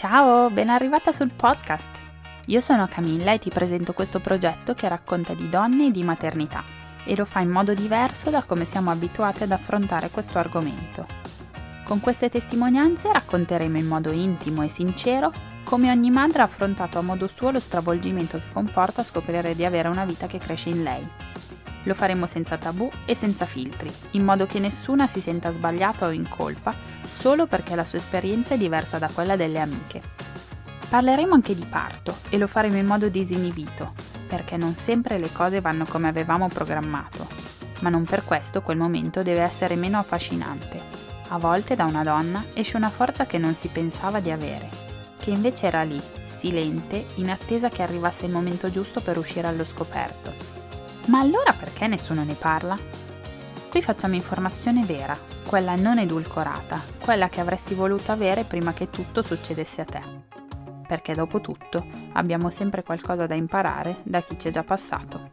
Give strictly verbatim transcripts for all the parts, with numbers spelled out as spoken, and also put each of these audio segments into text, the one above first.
Ciao, ben arrivata sul podcast. Io sono Camilla e ti presento questo progetto che racconta di donne e di maternità e lo fa in modo diverso da come siamo abituati ad affrontare questo argomento. Con queste testimonianze racconteremo in modo intimo e sincero come ogni madre ha affrontato a modo suo lo stravolgimento che comporta scoprire di avere una vita che cresce in lei. Lo faremo senza tabù e senza filtri, in modo che nessuna si senta sbagliata o in colpa solo perché la sua esperienza è diversa da quella delle amiche. Parleremo anche di parto e lo faremo in modo disinibito, perché non sempre le cose vanno come avevamo programmato, ma non per questo quel momento deve essere meno affascinante. A volte da una donna esce una forza che non si pensava di avere, che invece era lì, silente, in attesa che arrivasse il momento giusto per uscire allo scoperto. Ma allora perché nessuno ne parla? Qui facciamo informazione vera, quella non edulcorata, quella che avresti voluto avere prima che tutto succedesse a te. Perché dopo tutto abbiamo sempre qualcosa da imparare da chi ci è già passato.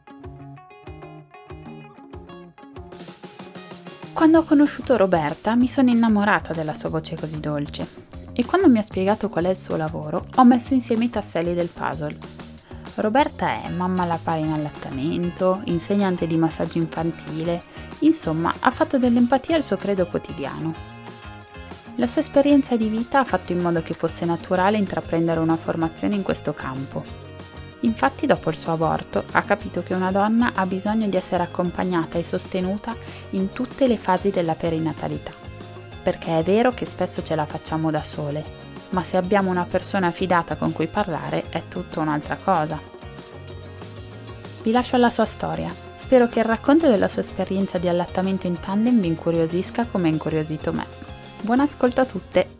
Quando ho conosciuto Roberta mi sono innamorata della sua voce così dolce e quando mi ha spiegato qual è il suo lavoro ho messo insieme i tasselli del puzzle. Roberta è mamma alla pari in allattamento, insegnante di massaggio infantile, insomma ha fatto dell'empatia il suo credo quotidiano. La sua esperienza di vita ha fatto in modo che fosse naturale intraprendere una formazione in questo campo. Infatti dopo il suo aborto ha capito che una donna ha bisogno di essere accompagnata e sostenuta in tutte le fasi della perinatalità, perché è vero che spesso ce la facciamo da sole, ma se abbiamo una persona fidata con cui parlare è tutta un'altra cosa. Vi lascio alla sua storia. Spero che il racconto della sua esperienza di allattamento in tandem vi incuriosisca come ha incuriosito me. Buon ascolto a tutte!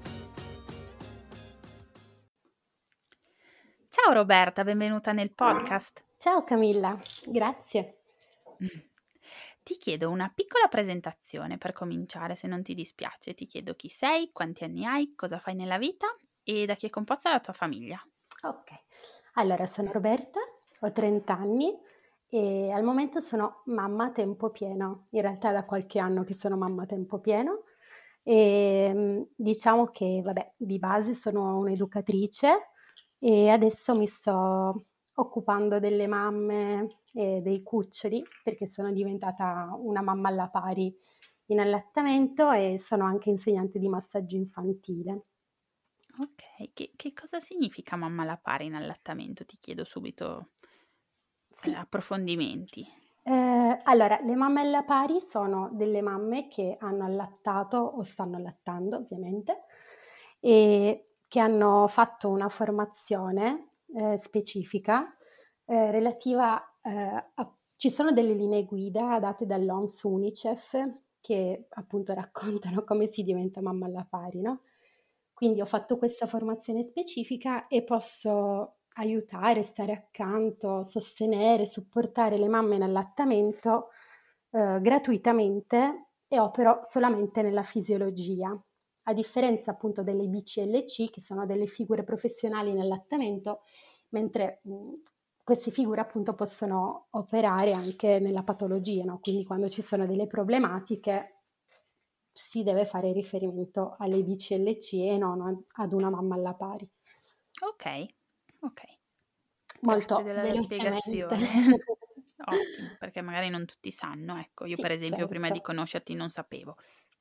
Ciao Roberta, benvenuta nel podcast. Ciao Camilla, grazie. Ti chiedo una piccola presentazione per cominciare, se non ti dispiace. Ti chiedo chi sei, quanti anni hai, cosa fai nella vita e da chi è composta la tua famiglia. Ok, allora sono Roberta, ho trenta anni e al momento sono mamma a tempo pieno. In realtà è da qualche anno che sono mamma a tempo pieno e mm, diciamo che vabbè, di base sono un'educatrice e adesso mi sto occupando delle mamme e dei cuccioli perché sono diventata una mamma alla pari in allattamento e sono anche insegnante di massaggio infantile. Ok, che, che cosa significa mamma alla pari in allattamento? Ti chiedo subito eh, Sì, approfondimenti. eh, allora le mamme alla pari sono delle mamme che hanno allattato o stanno allattando ovviamente e che hanno fatto una formazione eh, specifica eh, relativa eh, a... Ci sono delle linee guida date dall'O M S Unicef che appunto raccontano come si diventa mamma alla pari, no? Quindi ho fatto questa formazione specifica e posso aiutare, stare accanto, sostenere, supportare le mamme in allattamento eh, gratuitamente e opero solamente nella fisiologia. A differenza appunto delle B C L C, che sono delle figure professionali in allattamento, mentre mh, queste figure appunto possono operare anche nella patologia, no? Quindi quando ci sono delle problematiche si deve fare riferimento alle B C L C e non ad una mamma alla pari. Ok, ok. Grazie Molto della velocemente. spiegazione. Ottimo, perché magari non tutti sanno. Ecco, io per Sì, esempio prima di certo. conoscerti non sapevo.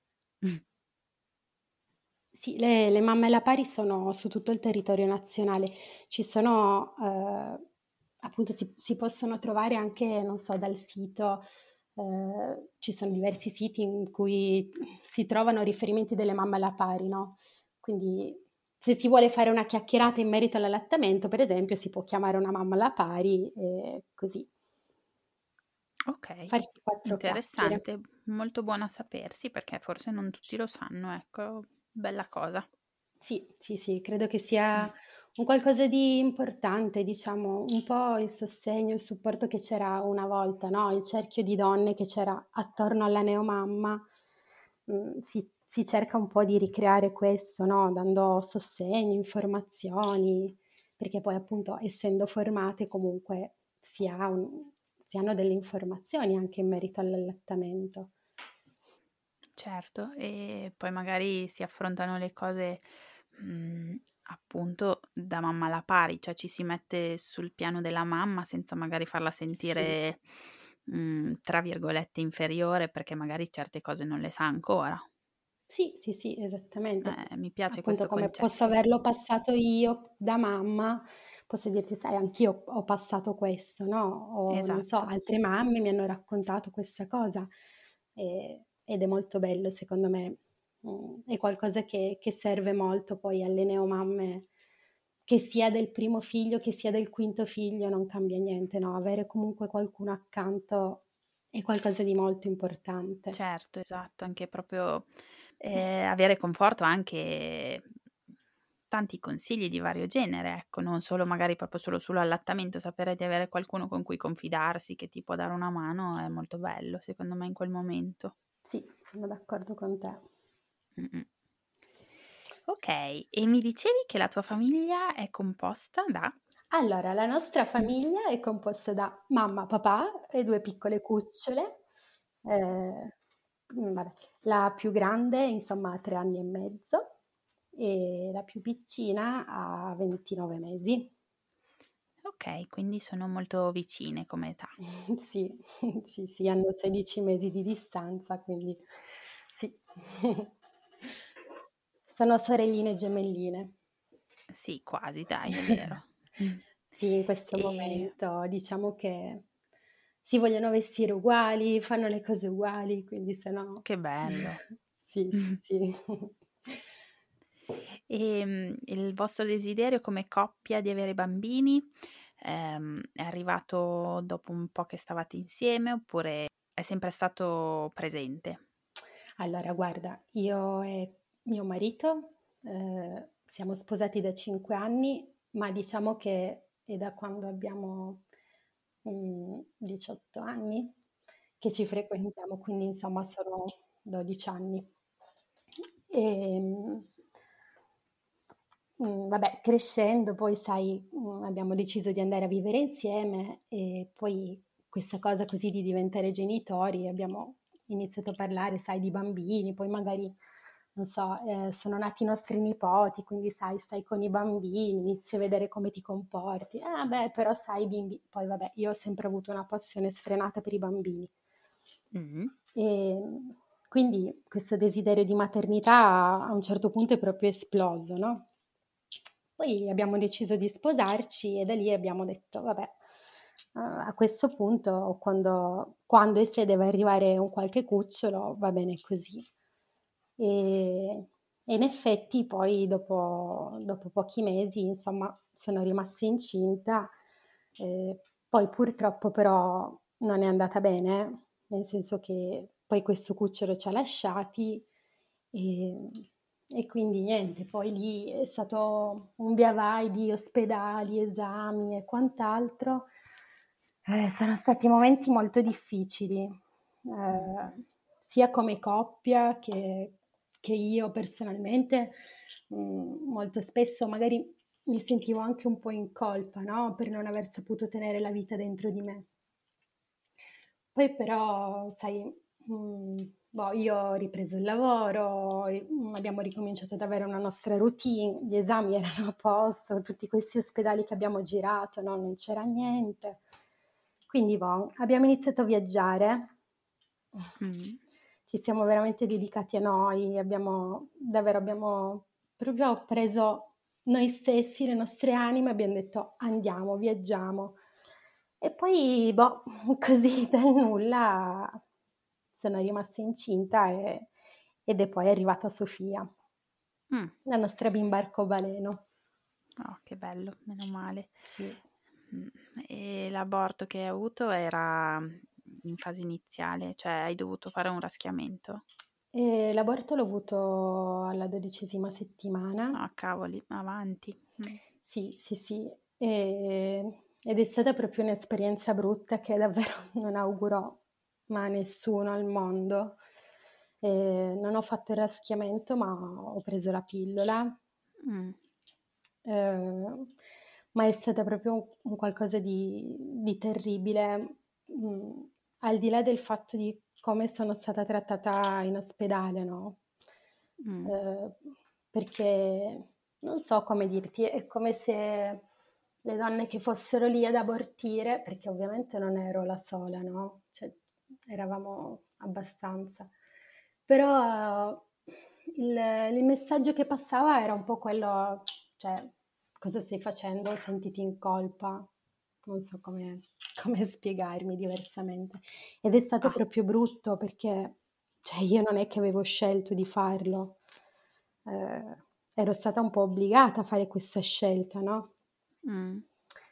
Sì, le, le mamme alla pari sono su tutto il territorio nazionale. Ci sono, eh, appunto, si, si possono trovare anche, non so, dal sito, eh, ci sono diversi siti in cui si trovano riferimenti delle mamme alla pari, no? Quindi se si vuole fare una chiacchierata in merito all'allattamento, per esempio, si può chiamare una mamma alla pari e così Ok, farsi quattro chiacchiere. interessante, molto buono a sapersi perché forse non tutti lo sanno, ecco, bella cosa. Sì, sì, sì, credo che sia Mm. un qualcosa di importante, diciamo, un po' il sostegno, il supporto che c'era una volta, no? Il cerchio di donne che c'era attorno alla neomamma. Mm, si, si cerca un po' di ricreare questo, no? Dando sostegno, informazioni, perché poi appunto essendo formate comunque si ha un- si hanno delle informazioni anche in merito all'allattamento. Certo, e poi magari si affrontano le cose mh, appunto da mamma alla pari, cioè ci si mette sul piano della mamma senza magari farla Sì. sentire, mhmm, tra virgolette "inferiore", perché magari certe cose non le sa ancora. Sì, sì, sì, esattamente. Eh, mi piace Appunto questo come posso concetto. averlo passato io da mamma, posso dirti: "Sai, anch'io ho passato questo", no, o non so, Esatto. altre mamme mi hanno raccontato questa cosa, ehm, ed è molto bello secondo me. Mhmm, è qualcosa che che serve molto poi alle neomamme, che sia del primo figlio, che sia del quinto figlio, non cambia niente, no, avere comunque qualcuno accanto è qualcosa di molto importante. Certo, esatto, anche proprio, ehm, avere conforto anche mhmm, tanti consigli di vario genere, ecco, non solo magari proprio solo sull'allattamento, sapere di avere qualcuno con cui confidarsi, che ti può dare una mano è molto bello, secondo me in quel momento. Sì, sono d'accordo con te. Mh-mh. Okay, e mi dicevi che la tua famiglia è composta da? Allora, la nostra famiglia è composta da mamma, papà e due piccole cucciole. Ehm, mhmm, vabbè, la più grande insomma ha tre anni e mezzo e la più piccina ha ventinove mesi. Okay, quindi sono molto vicine come età. Sì, sì, sì, hanno sedici mesi di distanza, quindi sì. Sono sorelline gemelline. Sì, quasi dai, è vero. Mh. Sì, in questo E momento diciamo che si vogliono vestire uguali, fanno le cose uguali, quindi se no che bello. sì, sì, sì. Ehm, il vostro desiderio come coppia di avere bambini, ehm, è arrivato dopo un po' che stavate insieme oppure è sempre stato presente? Allora guarda, io e mio marito, ehm, siamo sposati da cinque anni, ma diciamo che è da quando abbiamo, mhmm, diciotto anni che ci frequentiamo, quindi insomma sono dodici anni. Ehm Mhmm, vabbè, crescendo poi sai, mhmm, abbiamo deciso di andare a vivere insieme e poi questa cosa così di diventare genitori, abbiamo iniziato a parlare, sai, di bambini, poi magari, non so, ehm, sono nati i nostri nipoti, quindi sai, stai con i bambini, inizi a vedere come ti comporti. "Ah beh, però sai i bimbi" poi vabbè, io ho sempre avuto una passione sfrenata per i bambini. Mh. Ehm, quindi questo desiderio di maternità a un certo punto è proprio esploso, no, poi abbiamo deciso di sposarci e da lì abbiamo detto: "Vabbè, uhm, a questo punto quando quando e se deve arrivare un qualche cucciolo va bene così". Ehm, e in effetti poi dopo dopo pochi mesi, insomma, sono rimasta incinta, ehm, poi purtroppo però non è andata bene, nel senso che poi questo cucciolo ci ha lasciati, ehm, e quindi niente, poi lì è stato un via vai di ospedali, esami e quant'altro. Eh, sono stati momenti molto difficili, ehm, Mh-mh. sia come coppia che che io personalmente, mhmm, molto spesso magari mi sentivo anche un po' in colpa, no, per non aver saputo tenere la vita dentro di me. Poi però sai, mhmm, boh, io ho ripreso il lavoro e, mhmm, abbiamo ricominciato ad avere una nostra routine, gli esami erano a posto, tutti questi ospedali che abbiamo girato, no, non c'era niente. Quindi boh, abbiamo iniziato a viaggiare. Mh. Ci siamo veramente dedicati a noi, abbiamo davvero abbiamo proprio preso noi stessi, le nostre anime, abbiam detto: "Andiamo, viaggiamo". E poi, boh, così dal nulla sono rimasta incinta e ed è poi arrivata Sofia, Mh. la nostra bimba arcobaleno. Oh, che bello, meno male. Sì. Mh. E l'aborto che hai avuto era, mhmm, in fase iniziale, cioè hai dovuto fare un raschiamento? Ehm, l'aborto l'ho avuto alla dodicesima settimana. Ah, cavoli, avanti. Mh. Sì, sì, sì, ehm, ed è stata proprio un'esperienza brutta che davvero non auguro mai a nessuno al mondo. Ehm, non ho fatto il raschiamento, ma ho preso la pillola, Mh. ehm, ma è stata proprio un un qualcosa di di terribile, mhmm, al di là del fatto di come sono stata trattata in ospedale, no, Mh. ehm, perché non so come dirti, è come se le donne che fossero lì ad abortire, perché ovviamente non ero la sola, no? Cioè, eravamo abbastanza. Però il, il messaggio che passava era un po' quello, cioè, cosa stai facendo? Sentiti in colpa. Non so come, come spiegarmi diversamente. Ed è stato Ah, proprio brutto perché, cioè, io non è che avevo scelto di farlo. Eh, ero stata un po' obbligata a fare questa scelta, no? mm,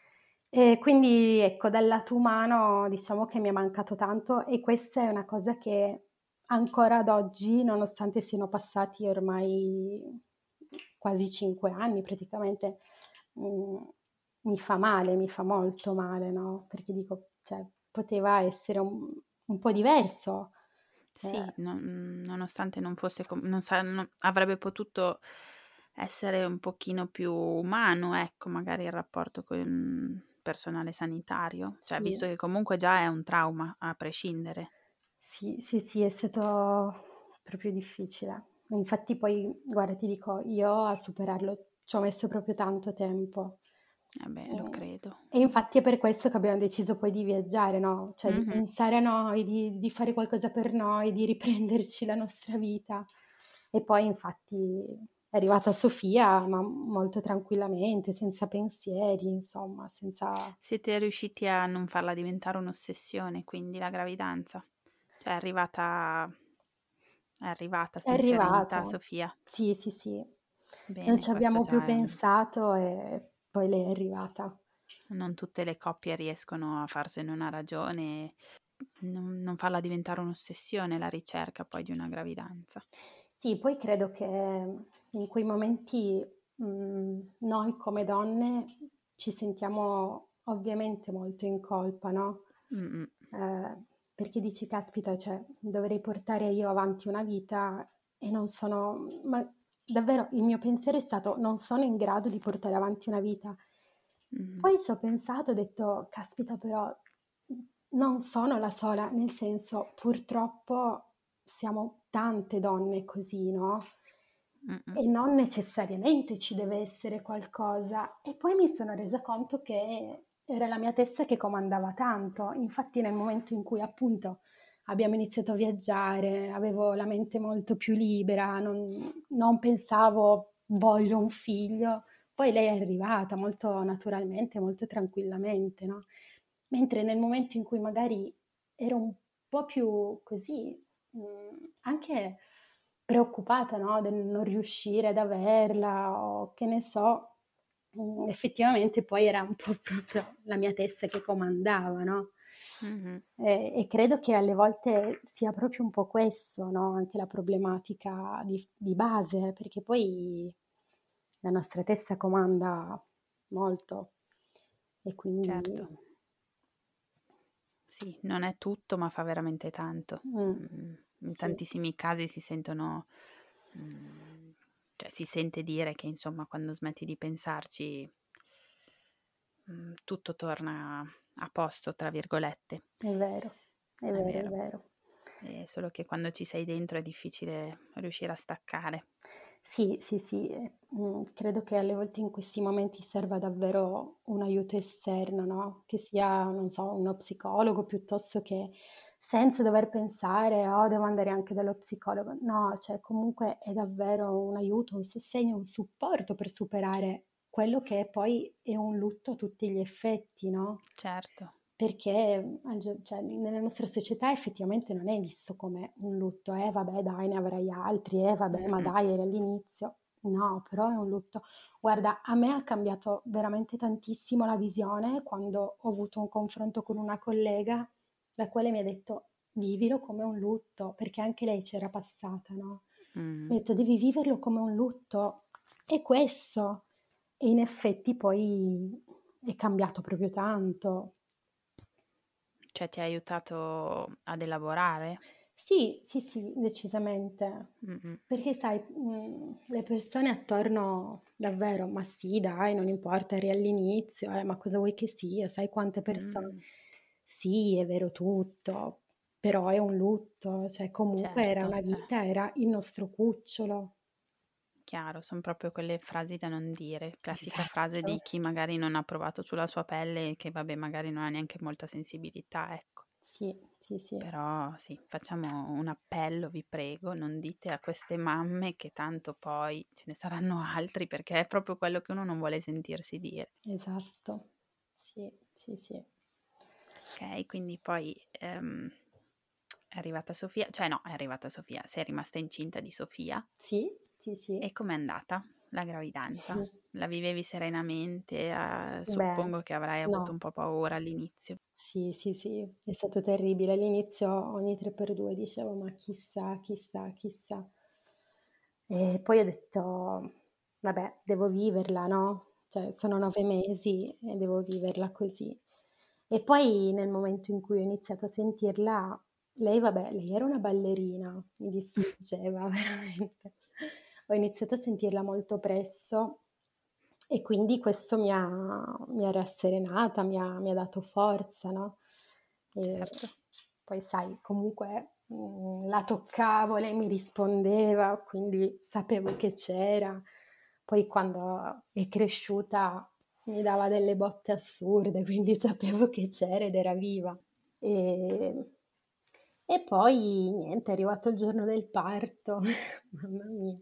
E quindi ecco, dal lato umano diciamo che mi è mancato tanto e questa è una cosa che ancora ad oggi, nonostante siano passati ormai quasi cinque anni praticamente, mm, mi fa male, mi fa molto male, no? Perché dico, cioè, poteva essere un, un po' diverso. sì, Eh, non- nonostante non fosse, com- non sa- non- avrebbe potuto essere un pochino più umano, ecco, magari il rapporto con il personale sanitario, cioè sì. visto che comunque già è un trauma, a prescindere. Sì, sì, sì, è stato proprio difficile. Infatti poi, guarda, ti dico, io a superarlo ci ho messo proprio tanto tempo. Eh beh, lo Mm. credo. E infatti è per questo che abbiamo deciso poi di viaggiare, no? Cioè di Mhm. pensare a noi, di, di fare qualcosa per noi, di riprenderci la nostra vita. E poi infatti è arrivata Sofia, ma molto tranquillamente, senza pensieri, insomma, senza... Siete riusciti a non farla diventare un'ossessione, quindi la gravidanza? Cioè è arrivata, è arrivata È in serenità, arrivata. Sofia. Sì, sì, sì. Non Bene, ci questo abbiamo più già è un... pensato e poi lei è arrivata. Non tutte le coppie riescono a farsene una ragione, non, non farla diventare un'ossessione la ricerca poi di una gravidanza. Sì, poi credo che in quei momenti mh, noi come donne ci sentiamo ovviamente molto in colpa, no? Mm-mm. Eh, perché dici, caspita, cioè, dovrei portare io avanti una vita e non sono... Ma davvero il mio pensiero è stato, non sono in grado di portare avanti una vita. Mm. Poi ci ho pensato, ho detto, caspita, però non sono la sola, nel senso, purtroppo siamo tante donne così, no? Mm-mm. E non necessariamente ci deve essere qualcosa. E poi mi sono resa conto che era la mia testa che comandava tanto. Infatti nel momento in cui appunto abbiamo iniziato a viaggiare, avevo la mente molto più libera, non, non pensavo voglio un figlio. Poi lei è arrivata molto naturalmente, molto tranquillamente, no? Mentre nel momento in cui magari ero un po' più così, mh, anche preoccupata, no, del non riuscire ad averla o che ne so, mh, effettivamente poi era un po' proprio la mia testa che comandava, no? Mhm. E, e credo che alle volte sia proprio un po' questo, no? Anche la problematica di, di base, perché poi la nostra testa comanda molto e quindi Certo, sì, non è tutto, ma fa veramente tanto. mm, Mm, in sì, tantissimi casi si sentono, mm, cioè si sente dire che insomma quando smetti di pensarci, mm, tutto torna a posto, tra virgolette. è vero, è È vero, è vero, vero. è solo che quando ci sei dentro è difficile riuscire a staccare. Sì, sì, sì, eh, mm, credo che alle volte in questi momenti serva davvero un aiuto esterno, no? Che sia, non so, uno psicologo piuttosto che senza dover pensare, oh, devo andare anche dallo psicologo. No, cioè comunque è davvero un aiuto, un sostegno, un supporto per superare quello che poi è un lutto a tutti gli effetti, no? Certo. Perché ange- cioè, nella nostra società effettivamente non è visto come un lutto, eh vabbè dai ne avrai altri, eh vabbè ma Mm-mm. dai era all'inizio. No, però è un lutto. Guarda, a me ha cambiato veramente tantissimo la visione quando ho avuto un confronto con una collega, la quale mi ha detto vivilo come un lutto, perché anche lei c'era passata, no? Mi Mm. ha detto devi viverlo come un lutto. E questo. E in effetti poi è cambiato proprio tanto. Cioè ti ha aiutato ad elaborare? Sì, sì, sì, decisamente. Mm-mm. Perché sai, mh, le persone attorno davvero, ma sì, dai, non importa, eri all'inizio, eh, ma cosa vuoi che sia? Sai quante persone? Mm. Sì, è vero tutto, però è un lutto, cioè comunque era Certo, una cioè. vita, era il nostro cucciolo. chiaro, son proprio quelle frasi da non dire, classica frase di Esatto. chi magari non ha provato sulla sua pelle e che vabbè magari non ha neanche molta sensibilità, ecco. Sì, sì, sì, Però sì, facciamo un appello, vi prego, non dite a queste mamme che tanto poi ce ne saranno altri, perché è proprio quello che uno non vuole sentirsi dire. esatto. Sì, sì, sì. Okay, quindi poi, ehm, è arrivata Sofia, cioè no, è arrivata Sofia, sei rimasta incinta di Sofia. Sì, sì, sì. E com'è andata la gravidanza? Mh. La vivevi serenamente? Uhm, Beh, suppongo che avrai avuto un no. po' paura all'inizio. Sì, sì, sì, è stato terribile. All'inizio ogni tre per due dicevo: "Ma chissà, chissà, chissà". E poi ho detto: "Vabbè, devo viverla, no, cioè sono nove mesi e devo viverla così". E poi nel momento in cui ho iniziato a sentirla, lei vabbè, lei era una ballerina, mi distruggeva veramente. Ho iniziato a sentirla molto presto e quindi questo mi ha mi ha rasserenata, mi ha mi ha dato forza, no, e Certo. poi sai comunque, mhmm, la toccavo, lei mi rispondeva, quindi sapevo che c'era. Poi quando è cresciuta mi dava delle botte assurde, quindi sapevo che c'era ed era viva. Ehm, e poi niente, è arrivato il giorno del parto, mamma mia.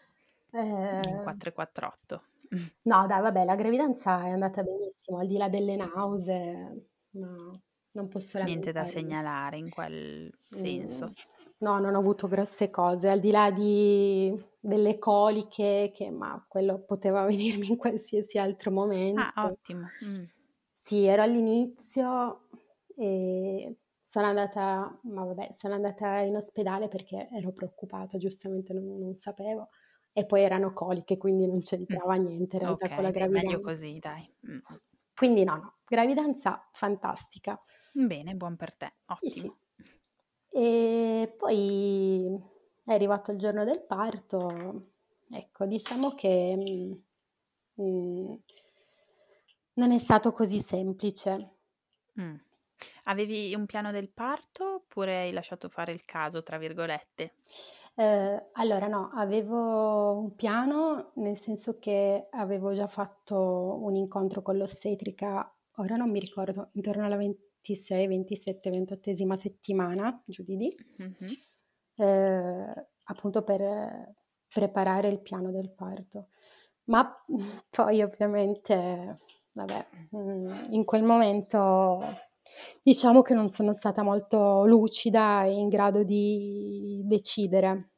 In Ehm quattro e quattr'otto. No dai, vabbè, la gravidanza è andata benissimo, al di là delle nausee, no, non posso Niente da lamentarmi. segnalare in quel Mhmm, senso. no, non ho avuto grosse cose, al di là di delle coliche che ma quello poteva venirmi in qualsiasi altro Ah, momento. ottimo. Mh. Sì, ero all'inizio e sono andata ma vabbè, sono andata in ospedale perché ero preoccupata, giustamente non non sapevo. E poi erano coliche, quindi non Mh. c'entrava niente in realtà con la Okay, beh, meglio gravidanza. così dai. Mh-mh. Quindi no, no, gravidanza fantastica. Bene, buon per te, Sì, sì. ottimo. E poi è arrivato il giorno del parto, ecco, diciamo che, mhmm, mhmm, non è stato così semplice. Mh. Avevi un piano del parto oppure hai lasciato fare il "caso" tra virgolette? Ehm, allora no, avevo un piano, nel senso che avevo già fatto un incontro con l'ostetrica, ora non mi ricordo, intorno alla ventisei, ventisette, ventottesima settimana, giù di lì, Mh-mh. ehm, appunto per preparare il piano del parto. Ma poi ovviamente, vabbè, mhmm, in quel momento diciamo che non sono stata molto lucida e in grado di decidere.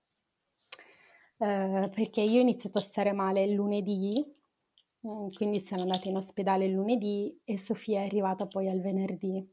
Ehm, perché io ho iniziato a stare male il lunedì, mhmm, quindi sono andata in ospedale il lunedì e Sofia è arrivata poi al venerdì.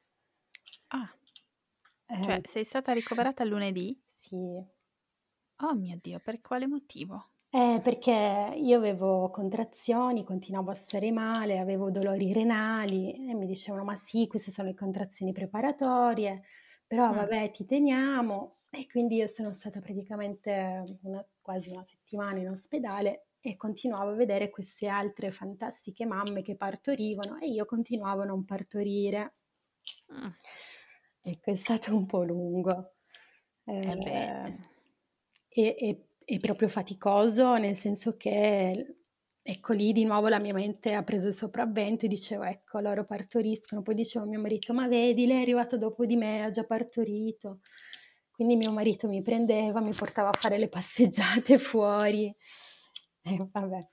Ah, cioè Eh, sei stata ricoverata il lunedì? sì. Oh mio Dio, per quale motivo? Eh, perché io avevo contrazioni, continuavo a stare male, avevo dolori renali e mi dicevano: "Ma sì, queste sono le contrazioni preparatorie, però Mh. vabbè ti teniamo". E quindi io sono stata praticamente una quasi una settimana in ospedale e continuavo a vedere queste altre fantastiche mamme che partorivano e io continuavo a non partorire. Mh. Ecco, è stato un po' lungo. Eh beh, Ehm, ehm, e e è proprio faticoso, nel senso che l ecco, lì di nuovo la mia mente ha preso il sopravvento e dicevo: "Ecco, loro partoriscono". Poi dicevo a mio marito: "Ma vedi, lei è arrivata dopo di me, ha già partorito". Quindi mio marito mi prendeva, mi portava a fare le passeggiate fuori e vabbè.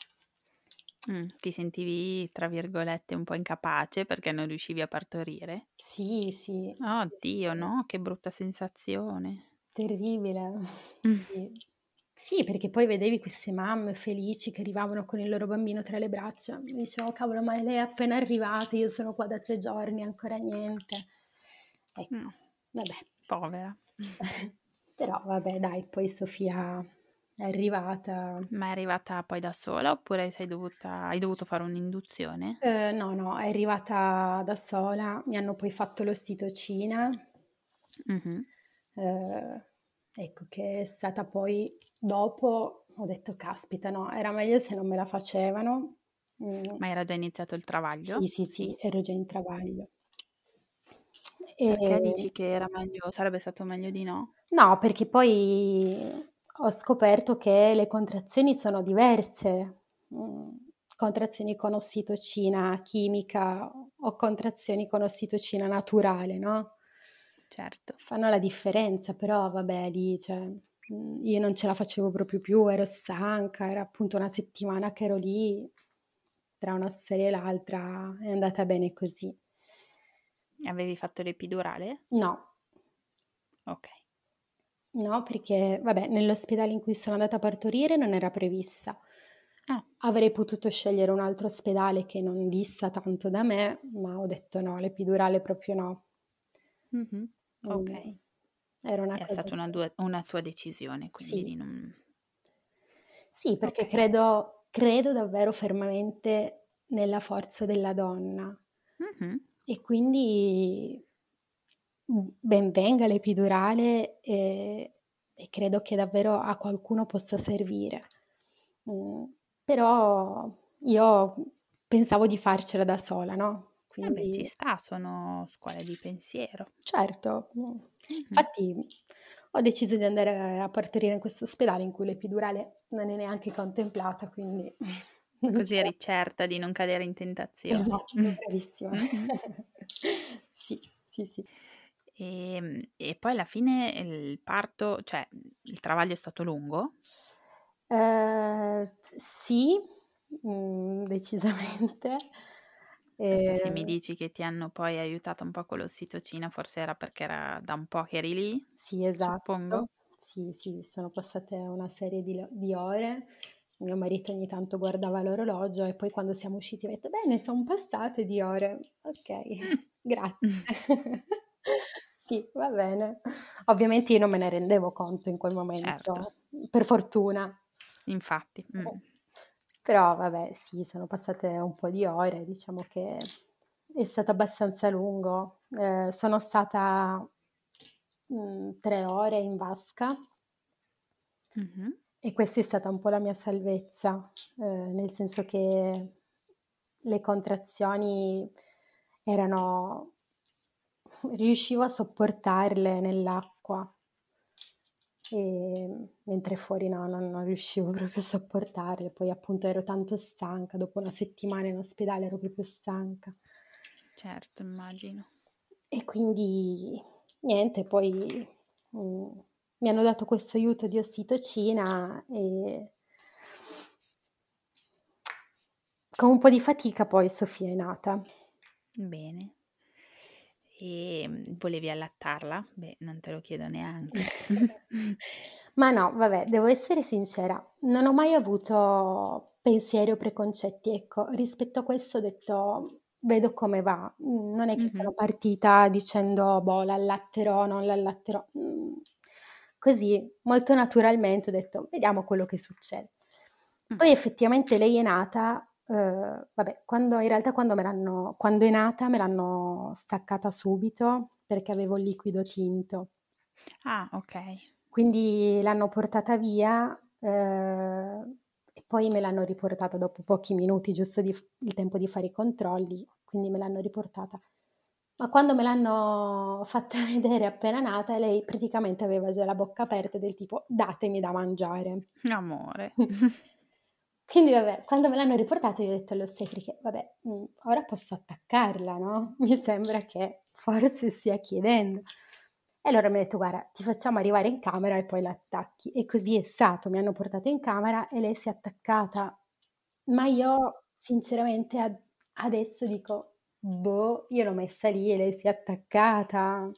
mh, ti sentivi, tra virgolette, un po' "incapace" perché non riuscivi a partorire? Sì, sì, Oh sì, sì. Dio, no, che brutta sensazione. Terribile. Mh. Sì. Sì, perché poi vedevi queste mamme felici che arrivavano con il loro bambino tra le braccia. Mi dicevo: "Cavolo, ma lei è appena arrivata, io sono qua da tre giorni, ancora niente". Ecco, Mh, vabbè. povera. Però vabbè dai, poi Sofia è arrivata. Ma è arrivata poi da sola oppure sei dovuta hai dovuto fare un'induzione? Uhm, no, no, è arrivata da sola, mi hanno poi fatto l'ossitocina. Mh-mh. Ehm, ecco che è stata poi dopo ho detto: "Caspita, no, era meglio se non me la facevano". Mhmm, Ma era già iniziato il sì, travaglio? sì, Sì. sì, ero già in travaglio. Perché Ehm dici che era meglio sarebbe stato meglio di no? No, perché poi ho scoperto che le contrazioni sono diverse, mhmm, contrazioni con ossitocina chimica o contrazioni con ossitocina naturale, no, Certo. fanno la differenza, però vabbè lì, cioè, mhmm, io non ce la facevo proprio più, ero stanca, era appunto una settimana che ero lì, tra una storia e l'altra è andata bene così. Avevi fatto l'epidurale? No. Okay. No, perché vabbè, nell'ospedale in cui sono andata a partorire non era prevista. Ah. Avrei potuto scegliere un altro ospedale che non dista tanto da me, ma ho detto no, l'epidurale proprio no. Mh-mh. Mhmm, Okay. era una È cosa stata una che due una tua decisione quindi sì. di non Sì, perché Okay. credo credo davvero fermamente nella forza della donna Mh-mh. e quindi, mhmm, ben venga l'epidurale, ehm, e credo che davvero a qualcuno possa servire. Mhmm, però io pensavo di farcela da sola, no, Eh beh, ci quindi sta, sono scuole di pensiero. certo, mhmm, Mh-mh. infatti ho deciso di andare a partorire in questo ospedale in cui l'epidurale non è neanche contemplata, quindi non Così c'era eri certa di non cadere in tentazione. esatto, bravissima. Mh-mh. Sì, sì, sì. Ehm, e poi alla fine il parto cioè, mhmm, il travaglio è stato lungo? Ehm, sì, mhmm, decisamente. Perché se mi Ehm, dici che ti hanno poi aiutato un po' con l'ossitocina, forse era perché era da un po' che eri lì, sì, esatto. suppongo? Sì, sì, sono passate una serie di lo di ore. Mio marito ogni tanto guardava l'orologio e poi quando siamo usciti ha detto: "Bene, son passate di ore". Okay, grazie. Mh. Sì, va bene. Ovviamente io non me ne rendevo conto in quel Certo, momento, per fortuna. infatti, mh. Eh. Però vabbè, sì, sono passate un po' di ore, diciamo che è stato abbastanza lungo. Ehm, sono stata, mhmm, tre ore in vasca Mh-mh. e questa è stata un po' la mia salvezza, ehm, nel senso che le contrazioni erano riuscivo a sopportarle nell'acqua. Ehm, mentre fuori no, non non riuscivo proprio a sopportarle. Poi appunto ero tanto stanca, dopo una settimana in ospedale ero proprio stanca. Certo, immagino. E quindi niente, poi, mhmm, mi hanno dato questo aiuto di ossitocina e con un po' di fatica poi Sofia è nata. Bene. Ehm, volevi allattarla? Beh, non te lo chiedo neanche. Ma no, vabbè, devo essere sincera, non ho mai avuto pensieri o preconcetti, ecco. Rispetto a questo ho detto: "Vedo come va". Mhmm, non è che Mh-mh. sono partita dicendo: "Boh, l'allatterò, non l'allatterò". Mhmm, così molto naturalmente ho detto: "Vediamo quello che succede". Mh. Poi effettivamente lei è nata, uhm, vabbè, quando in realtà quando me l'hanno quando è nata me l'hanno staccata subito perché avevo il liquido tinto. Ah, okay. Quindi l'hanno portata via, ehm, e poi me l'hanno riportata dopo pochi minuti, giusto di f il tempo di fare i controlli, quindi me l'hanno riportata. Ma quando me l'hanno fatta vedere appena nata, lei praticamente aveva già la bocca aperta del tipo: "Datemi da mangiare". Amore. Quindi vabbè, quando me l'hanno riportata io ho detto alle ostetriche: "Vabbè, mhmm, ora posso attaccarla, no, mi sembra che forse stia chiedendo". E loro mi han detto: "Guarda, ti facciamo arrivare in camera e poi la attacchi". E così è stato. Mi hanno portata in camera e lei si è attaccata. Ma io sinceramente ad adesso dico: "Boh, io l'ho messa lì e lei si è attaccata".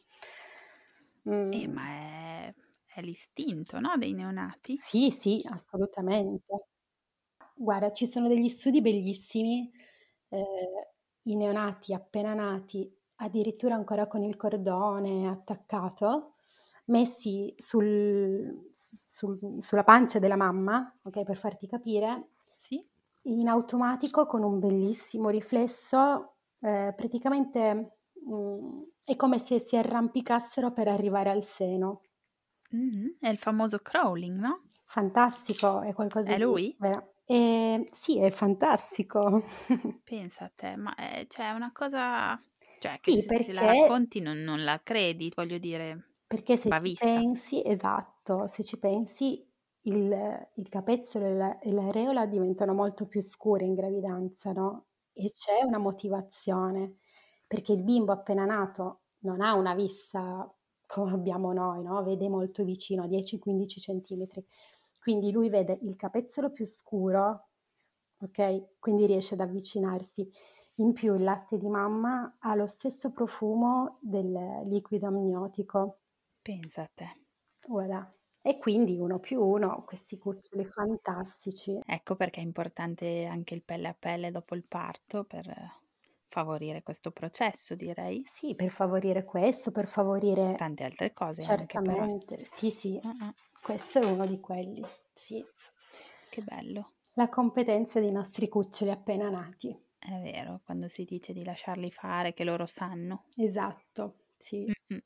Eh, Mhmm, ma è è l'istinto, no, dei neonati. sì, sì, assolutamente. Guarda, ci sono degli studi bellissimi, ehm, i neonati appena nati, addirittura ancora con il cordone attaccato, messi sul s sul sulla pancia della mamma, okay, per farti capire, Sì? in automatico con un bellissimo riflesso, ehm, praticamente, mhmm, è come se si arrampicassero per arrivare al seno. Mh-mh. È il famoso crawling, no? Fantastico, è qualcosa È di lui? vera ehm, sì, è fantastico. Pensa a te, ma è cioè è una cosa cioè che Sì, se se la perché racconti non non la credi, voglio dire, perché se va ci vista. pensi esatto, se ci pensi il il capezzolo e la e l'areola diventano molto più scure in gravidanza, no, e c'è una motivazione, perché il bimbo appena nato non ha una vista come abbiamo noi, no, vede molto vicino, dieci, quindici centimetri. Quindi lui vede il capezzolo più scuro, okay, quindi riesce ad avvicinarsi. In più il latte di mamma ha lo stesso profumo del liquido amniotico. Pensa a te. Voilà. E quindi uno più uno, questi cuccioli fantastici. Ecco perché è importante anche il pelle a pelle dopo il parto per favorire questo processo, direi. Sì, per favorire questo, per favorire Tante altre cose anche però. certamente, sì, sì, Ah-ah, questo è uno di quelli, sì. che bello. La competenza dei nostri cuccioli appena nati. È vero, quando si dice di lasciarli fare, che loro sanno. Esatto, sì. Mh-mh.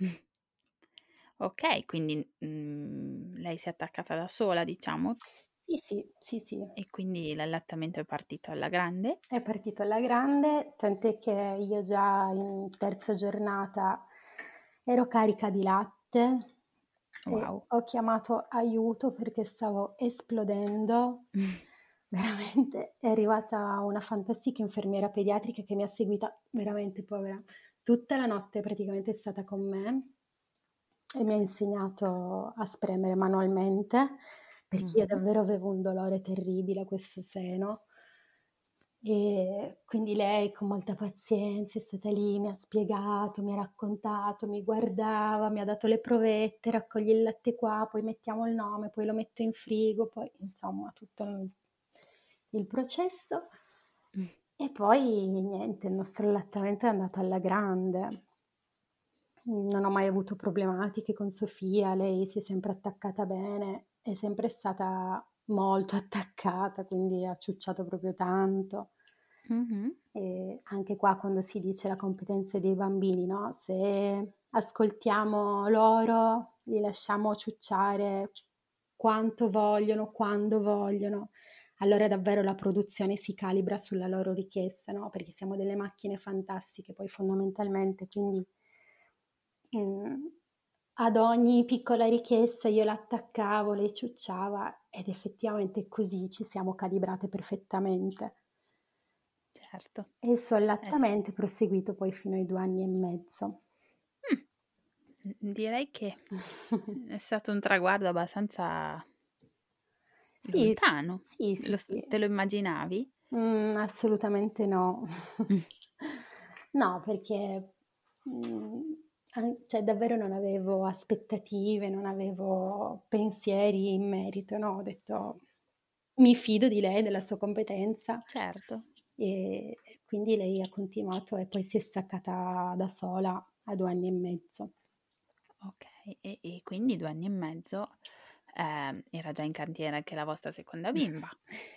Okay, quindi, mhmm, lei si è attaccata da sola, diciamo, Sì, sì, sì, sì. e quindi l'allattamento è partito alla grande? È partito alla grande, tant'è che io già in terza giornata ero carica di latte e Wow. ho chiamato aiuto perché stavo esplodendo. Veramente è arrivata una fantastica infermiera pediatrica che mi ha seguita, veramente povera, tutta la notte praticamente è stata con me e mi ha insegnato a spremere manualmente, perché io Mh-mh. davvero avevo un dolore terribile a questo seno. E quindi lei con molta pazienza è stata lì, mi ha spiegato, mi ha raccontato, mi guardava, mi ha dato le provette, raccogli il latte qua, poi mettiamo il nome, poi lo metto in frigo, poi insomma tutto il il processo. Mh. E poi niente, il nostro allattamento è andato alla grande. Non ho mai avuto problematiche con Sofia, lei si è sempre attaccata bene, è sempre stata molto attaccata, quindi ha ciucciato proprio tanto. Mh-mh. E anche qua quando si dice la competenza dei bambini, no, se ascoltiamo loro, li lasciamo ciucciare quanto vogliono, quando vogliono, allora davvero la produzione si calibra sulla loro richiesta, no, perché siamo delle macchine fantastiche poi fondamentalmente, quindi, mhmm, ad ogni piccola richiesta io l'attaccavo, lei ciucciava ed effettivamente così ci siamo calibrate perfettamente. Certo. E il suo Eh sì. allattamento è proseguito poi fino ai due anni e mezzo. Mh. Mh, direi che è stato un traguardo abbastanza Sì, s lontano. sì, sì, Lo s sì. te lo immaginavi? Mhmm, assolutamente no. Mh. No, perché, mhmm, an cioè davvero non avevo aspettative, non avevo pensieri in merito, no, ho detto: "Mi fido di lei, della sua competenza", Certo. e e quindi lei ha continuato e poi si è staccata da sola a due anni e mezzo. Okay, e e quindi due anni e mezzo, ehm, era già in cantiere anche la vostra seconda bimba.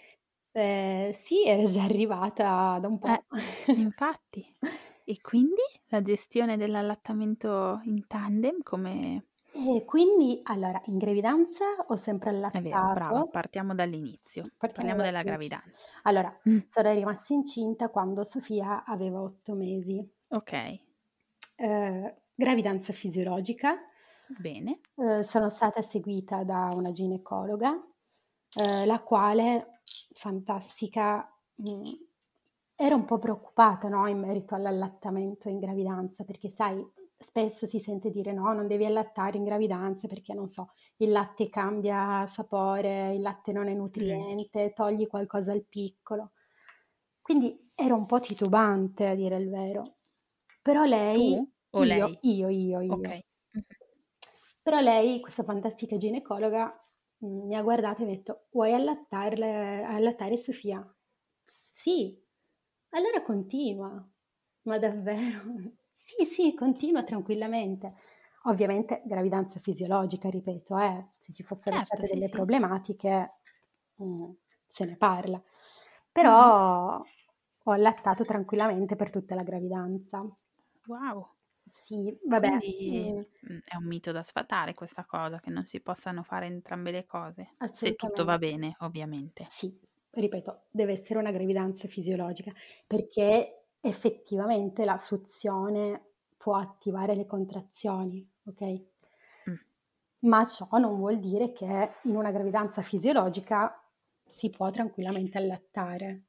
Ehm, sì, era già arrivata da un Eh, po'. infatti. E Sì. quindi la gestione dell'allattamento in tandem come E quindi allora, in gravidanza ho sempre è vero, brava, allattato. partiamo dall'inizio. Sì, partiamo Parliamo della dall'inci gravidanza. allora, Mh, sono rimasta incinta quando Sofia aveva otto mesi. okay, Ehm, gravidanza fisiologica, bene. uhm, sono stata seguita da una ginecologa, uhm, la quale fantastica, mhmm, ero un po' preoccupata, no, in merito all'allattamento in gravidanza, perché sai, spesso si sente dire: "No, non devi allattare in gravidanza perché, non so, il latte cambia sapore, il latte non è Mh. nutriente, togli qualcosa al piccolo". Quindi ero un po' titubante a dire il vero. Però Tu lei o io, lei? io, io, io. Okay. Mh-mh. Però lei, questa fantastica ginecologa, mhmm, mi ha guardata e mi ha detto: "Vuoi allattarle allattare Sofia?" "Sì." "Allora continua." "Ma davvero?" "Sì, sì, continua tranquillamente." Ovviamente gravidanza fisiologica, ripeto, eh, se ci fossero Certo, state sì, delle sì. problematiche, mhmm, se ne parla. Mh-mh. Però ho allattato tranquillamente per tutta la gravidanza. Wow. Sì, vabbè, Quindi, mhmm, mhmm, è un mito da sfatare questa cosa, che non si possano fare entrambe le cose, se tutto va assolutamente. bene ovviamente. Sì, ripeto, deve essere una gravidanza fisiologica, perché effettivamente la suzione può attivare le contrazioni, okay? Mh. ma ciò non vuol dire che in una gravidanza fisiologica si può tranquillamente allattare.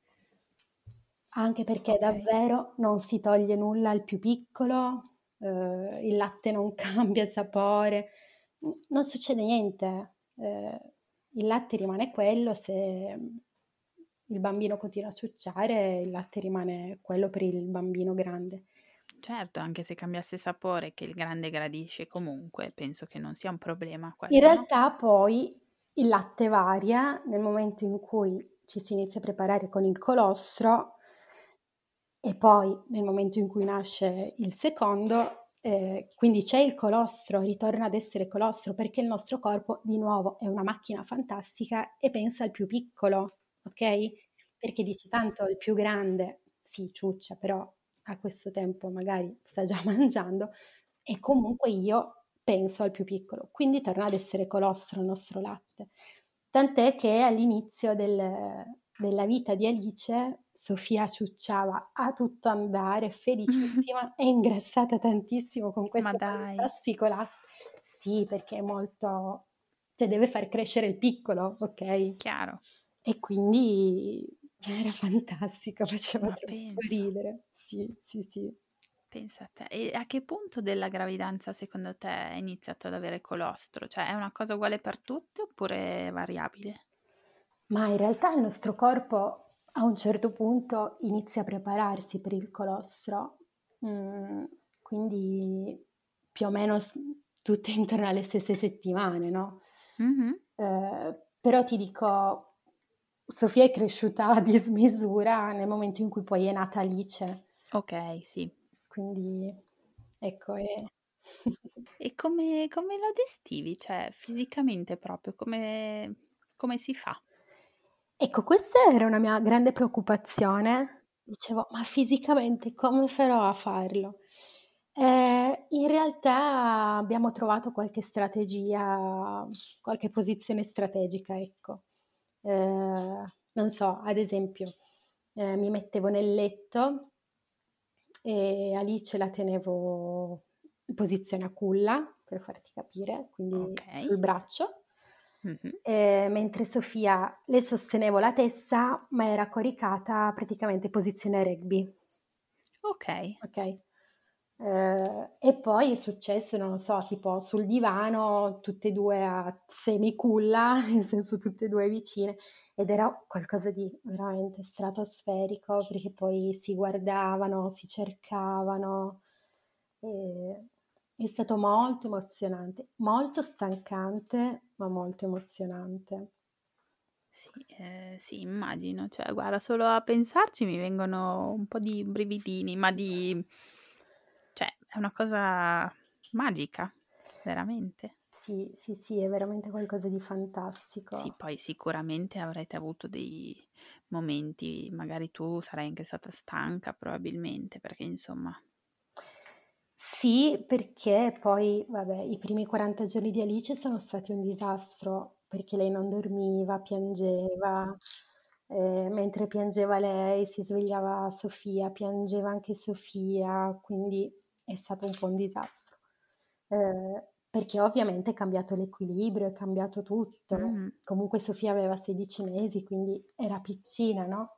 Anche perché Ok. davvero non si toglie nulla al più piccolo, ehm, il latte non cambia sapore, n non succede niente. Ehm, il latte rimane quello, se, mhmm, il bambino continua a ciucciare, il latte rimane quello per il bambino grande. Certo, anche se cambiasse sapore, che il grande gradisce comunque, penso che non sia un problema In quello, no? realtà poi il latte varia nel momento in cui ci si inizia a preparare con il colostro e poi nel momento in cui nasce il secondo, ehm, quindi c'è il colostro, ritorna ad essere colostro, perché il nostro corpo di nuovo è una macchina fantastica e pensa al più piccolo, okay, perché dice: "Tanto il più grande sì ciuccia, però a questo tempo magari sta già mangiando e comunque io penso al più piccolo". Quindi torna ad essere colostro il nostro latte. Tant'è che all'inizio del della vita di Alice, Sofia ciucciava a tutto andare, felicissima e ingrassata tantissimo con Ma questo dai, fantastico latte. Sì, perché è molto cioè deve far crescere il piccolo, okay, chiaro, e quindi era fantastica, faceva ma troppo pensa. ridere. Sì, sì, sì. Pensa a te. E a che punto della gravidanza secondo te hai iniziato ad avere colostro? Cioè è una cosa uguale per tutte oppure è variabile? Ma in realtà il nostro corpo a un certo punto inizia a prepararsi per il colostro, mhmm, quindi più o meno s tutte intorno alle stesse settimane, no, Mh-mh. ehm, però ti dico, Sofia è cresciuta a dismisura nel momento in cui poi è nata Alice, Okay, sì. quindi ecco, ehm E come come la gestivi? Cioè fisicamente proprio come come si fa? Ecco, questa era una mia grande preoccupazione. Dicevo: "Ma fisicamente come farò a farlo?" Ehm, in realtà abbiamo trovato qualche strategia, qualche posizione strategica, ecco. Ehm, non so, ad esempio, ehm, mi mettevo nel letto e Alice la tenevo in posizione a culla, per farti capire, quindi Okay. sul braccio, Mh-mh. ehm, mentre Sofia le sostenevo la testa, ma era coricata praticamente posizione rugby, Okay. okay? Ehm, e poi è successo, non lo so, tipo sul divano, tutte e due a semiculla, nel senso tutte e due vicine, ed era qualcosa di veramente stratosferico, perché poi si guardavano, si cercavano, ehm, è stato molto emozionante, molto stancante, ma molto emozionante. Sì, ehm, sì immagino. Cioè guarda solo a pensarci mi vengono un po' di brividini, ma di cioè è una cosa magica, veramente. Sì, sì, sì, è veramente qualcosa di Sì, fantastico. poi sicuramente avrete avuto dei momenti magari tu sarai anche stata stanca probabilmente, perché insomma Sì, perché poi, vabbè, i primi quaranta giorni di Alice sono stati un disastro, perché lei non dormiva, piangeva, ehm, mentre piangeva lei si svegliava Sofia, piangeva anche Sofia, quindi è stato un po' un disastro. Ehm, perché ovviamente è cambiato l'equilibrio, è cambiato tutto. mh-mh, Comunque Sofia aveva sedici mesi, quindi era piccina, no?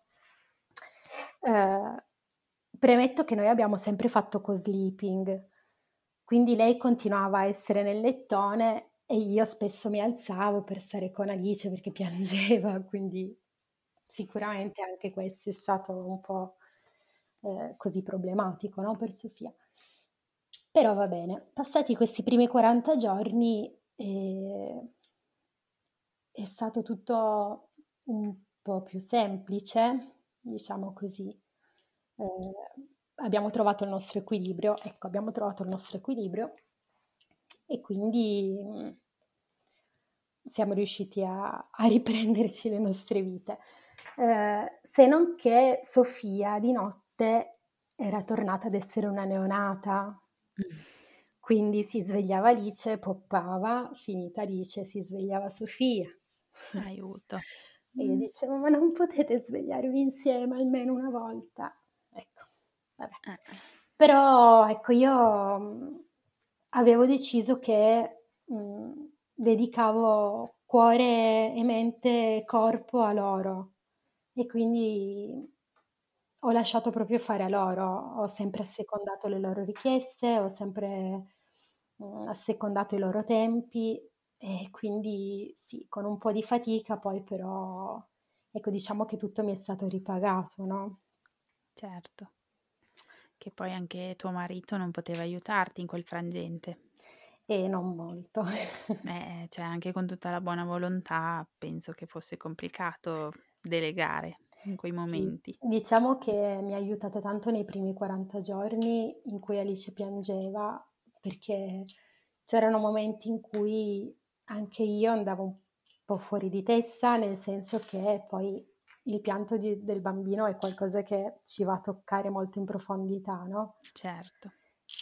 Ehm, premetto che noi abbiamo sempre fatto co-sleeping, quindi lei continuava a essere nel lettone e io spesso mi alzavo per stare con Alice perché piangeva, quindi sicuramente anche questo è stato un po', ehm, così problematico, no, per Sofia. Però va bene, passati questi primi quaranta giorni, ehm, è stato tutto un po' più semplice, diciamo così. Ehm, abbiamo trovato il nostro equilibrio, ecco, abbiamo trovato il nostro equilibrio e quindi, mhmm, siamo riusciti a a riprenderci le nostre vite. Ehm, se non che Sofia di notte era tornata ad essere una neonata. Quindi si svegliava Alice, poppava, finita Alice si svegliava Sofia. aiuto. E io Mh, dicevo: "Ma non potete svegliarvi insieme almeno una volta?" Ecco, vabbè. eh, Però ecco io, mhmm, avevo deciso che, mhmm, dedicavo cuore e mente e corpo a loro e quindi ho lasciato proprio fare a loro, ho sempre assecondato le loro richieste, ho sempre, mhmm, assecondato i loro tempi e quindi sì, con un po' di fatica poi però, ecco, diciamo che tutto mi è stato ripagato, no? Certo. Che poi anche tuo marito non poteva aiutarti in quel frangente. E non molto. Eh, cioè anche con tutta la buona volontà penso che fosse complicato delegare in quei Sì, momenti. diciamo che mi ha aiutata tanto nei primi quaranta giorni in cui Alice piangeva, perché c'erano momenti in cui anche io andavo un po' fuori di testa, nel senso che poi il pianto di del bambino è qualcosa che ci va a toccare molto in profondità, no, Certo.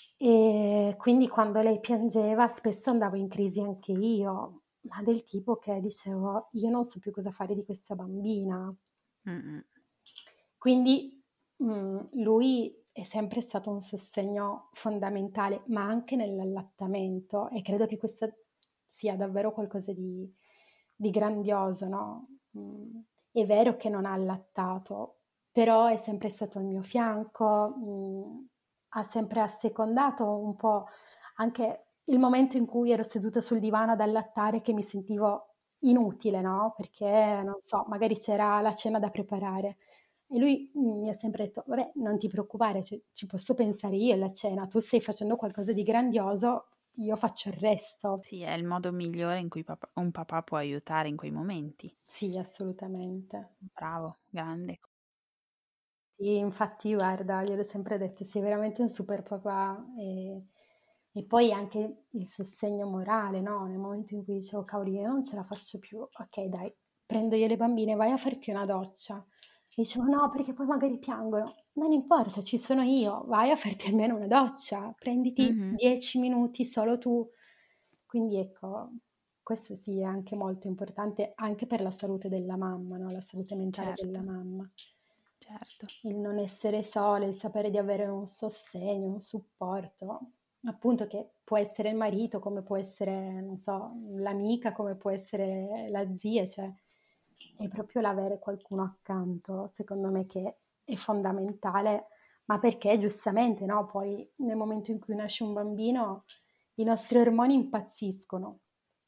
e quindi quando lei piangeva spesso andavo in crisi anche io, ma del tipo che dicevo: "Io non so più cosa fare di questa bambina". Mh-mh. Quindi, mhmm, lui è sempre stato un sostegno fondamentale, ma anche nell'allattamento e credo che questo sia davvero qualcosa di di grandioso, no, mhmm, è vero che non ha allattato, però è sempre stato al mio fianco, mhmm, ha sempre assecondato un po' anche il momento in cui ero seduta sul divano ad allattare che mi sentivo inutile, no, perché non so, magari c'era la cena da preparare e lui, mhmm, mi ha sempre detto: "Vabbè, non ti preoccupare, cioè ci posso pensare io alla cena, tu stai facendo qualcosa di grandioso, io faccio il resto". Sì, è il modo migliore in cui papa un papà può aiutare in quei momenti. Sì, assolutamente. Bravo, grande. Sì, infatti guarda, gliel'ho sempre detto, sei veramente un super papà, e e poi anche il sostegno morale, no, nel momento in cui dicevo: "Cavoli, io non ce la faccio più, okay dai, prendo io le bambine, vai a farti una doccia". E dicevo: "No, perché poi magari piangono". Non importa, ci sono io, vai a farti almeno una doccia, prenditi Mh-mh. dieci minuti solo tu. Quindi ecco, questo sì è anche molto importante, anche per la salute della mamma, no, la salute mentale della Certo, mamma. certo. Il non essere sole, il sapere di avere un sostegno, un supporto, appunto che può essere il marito, come può essere, non so, l'amica, come può essere la zia, cioè è proprio l'avere qualcuno accanto, secondo me, che è fondamentale, ma perché giustamente, no, poi nel momento in cui nasce un bambino i nostri ormoni impazziscono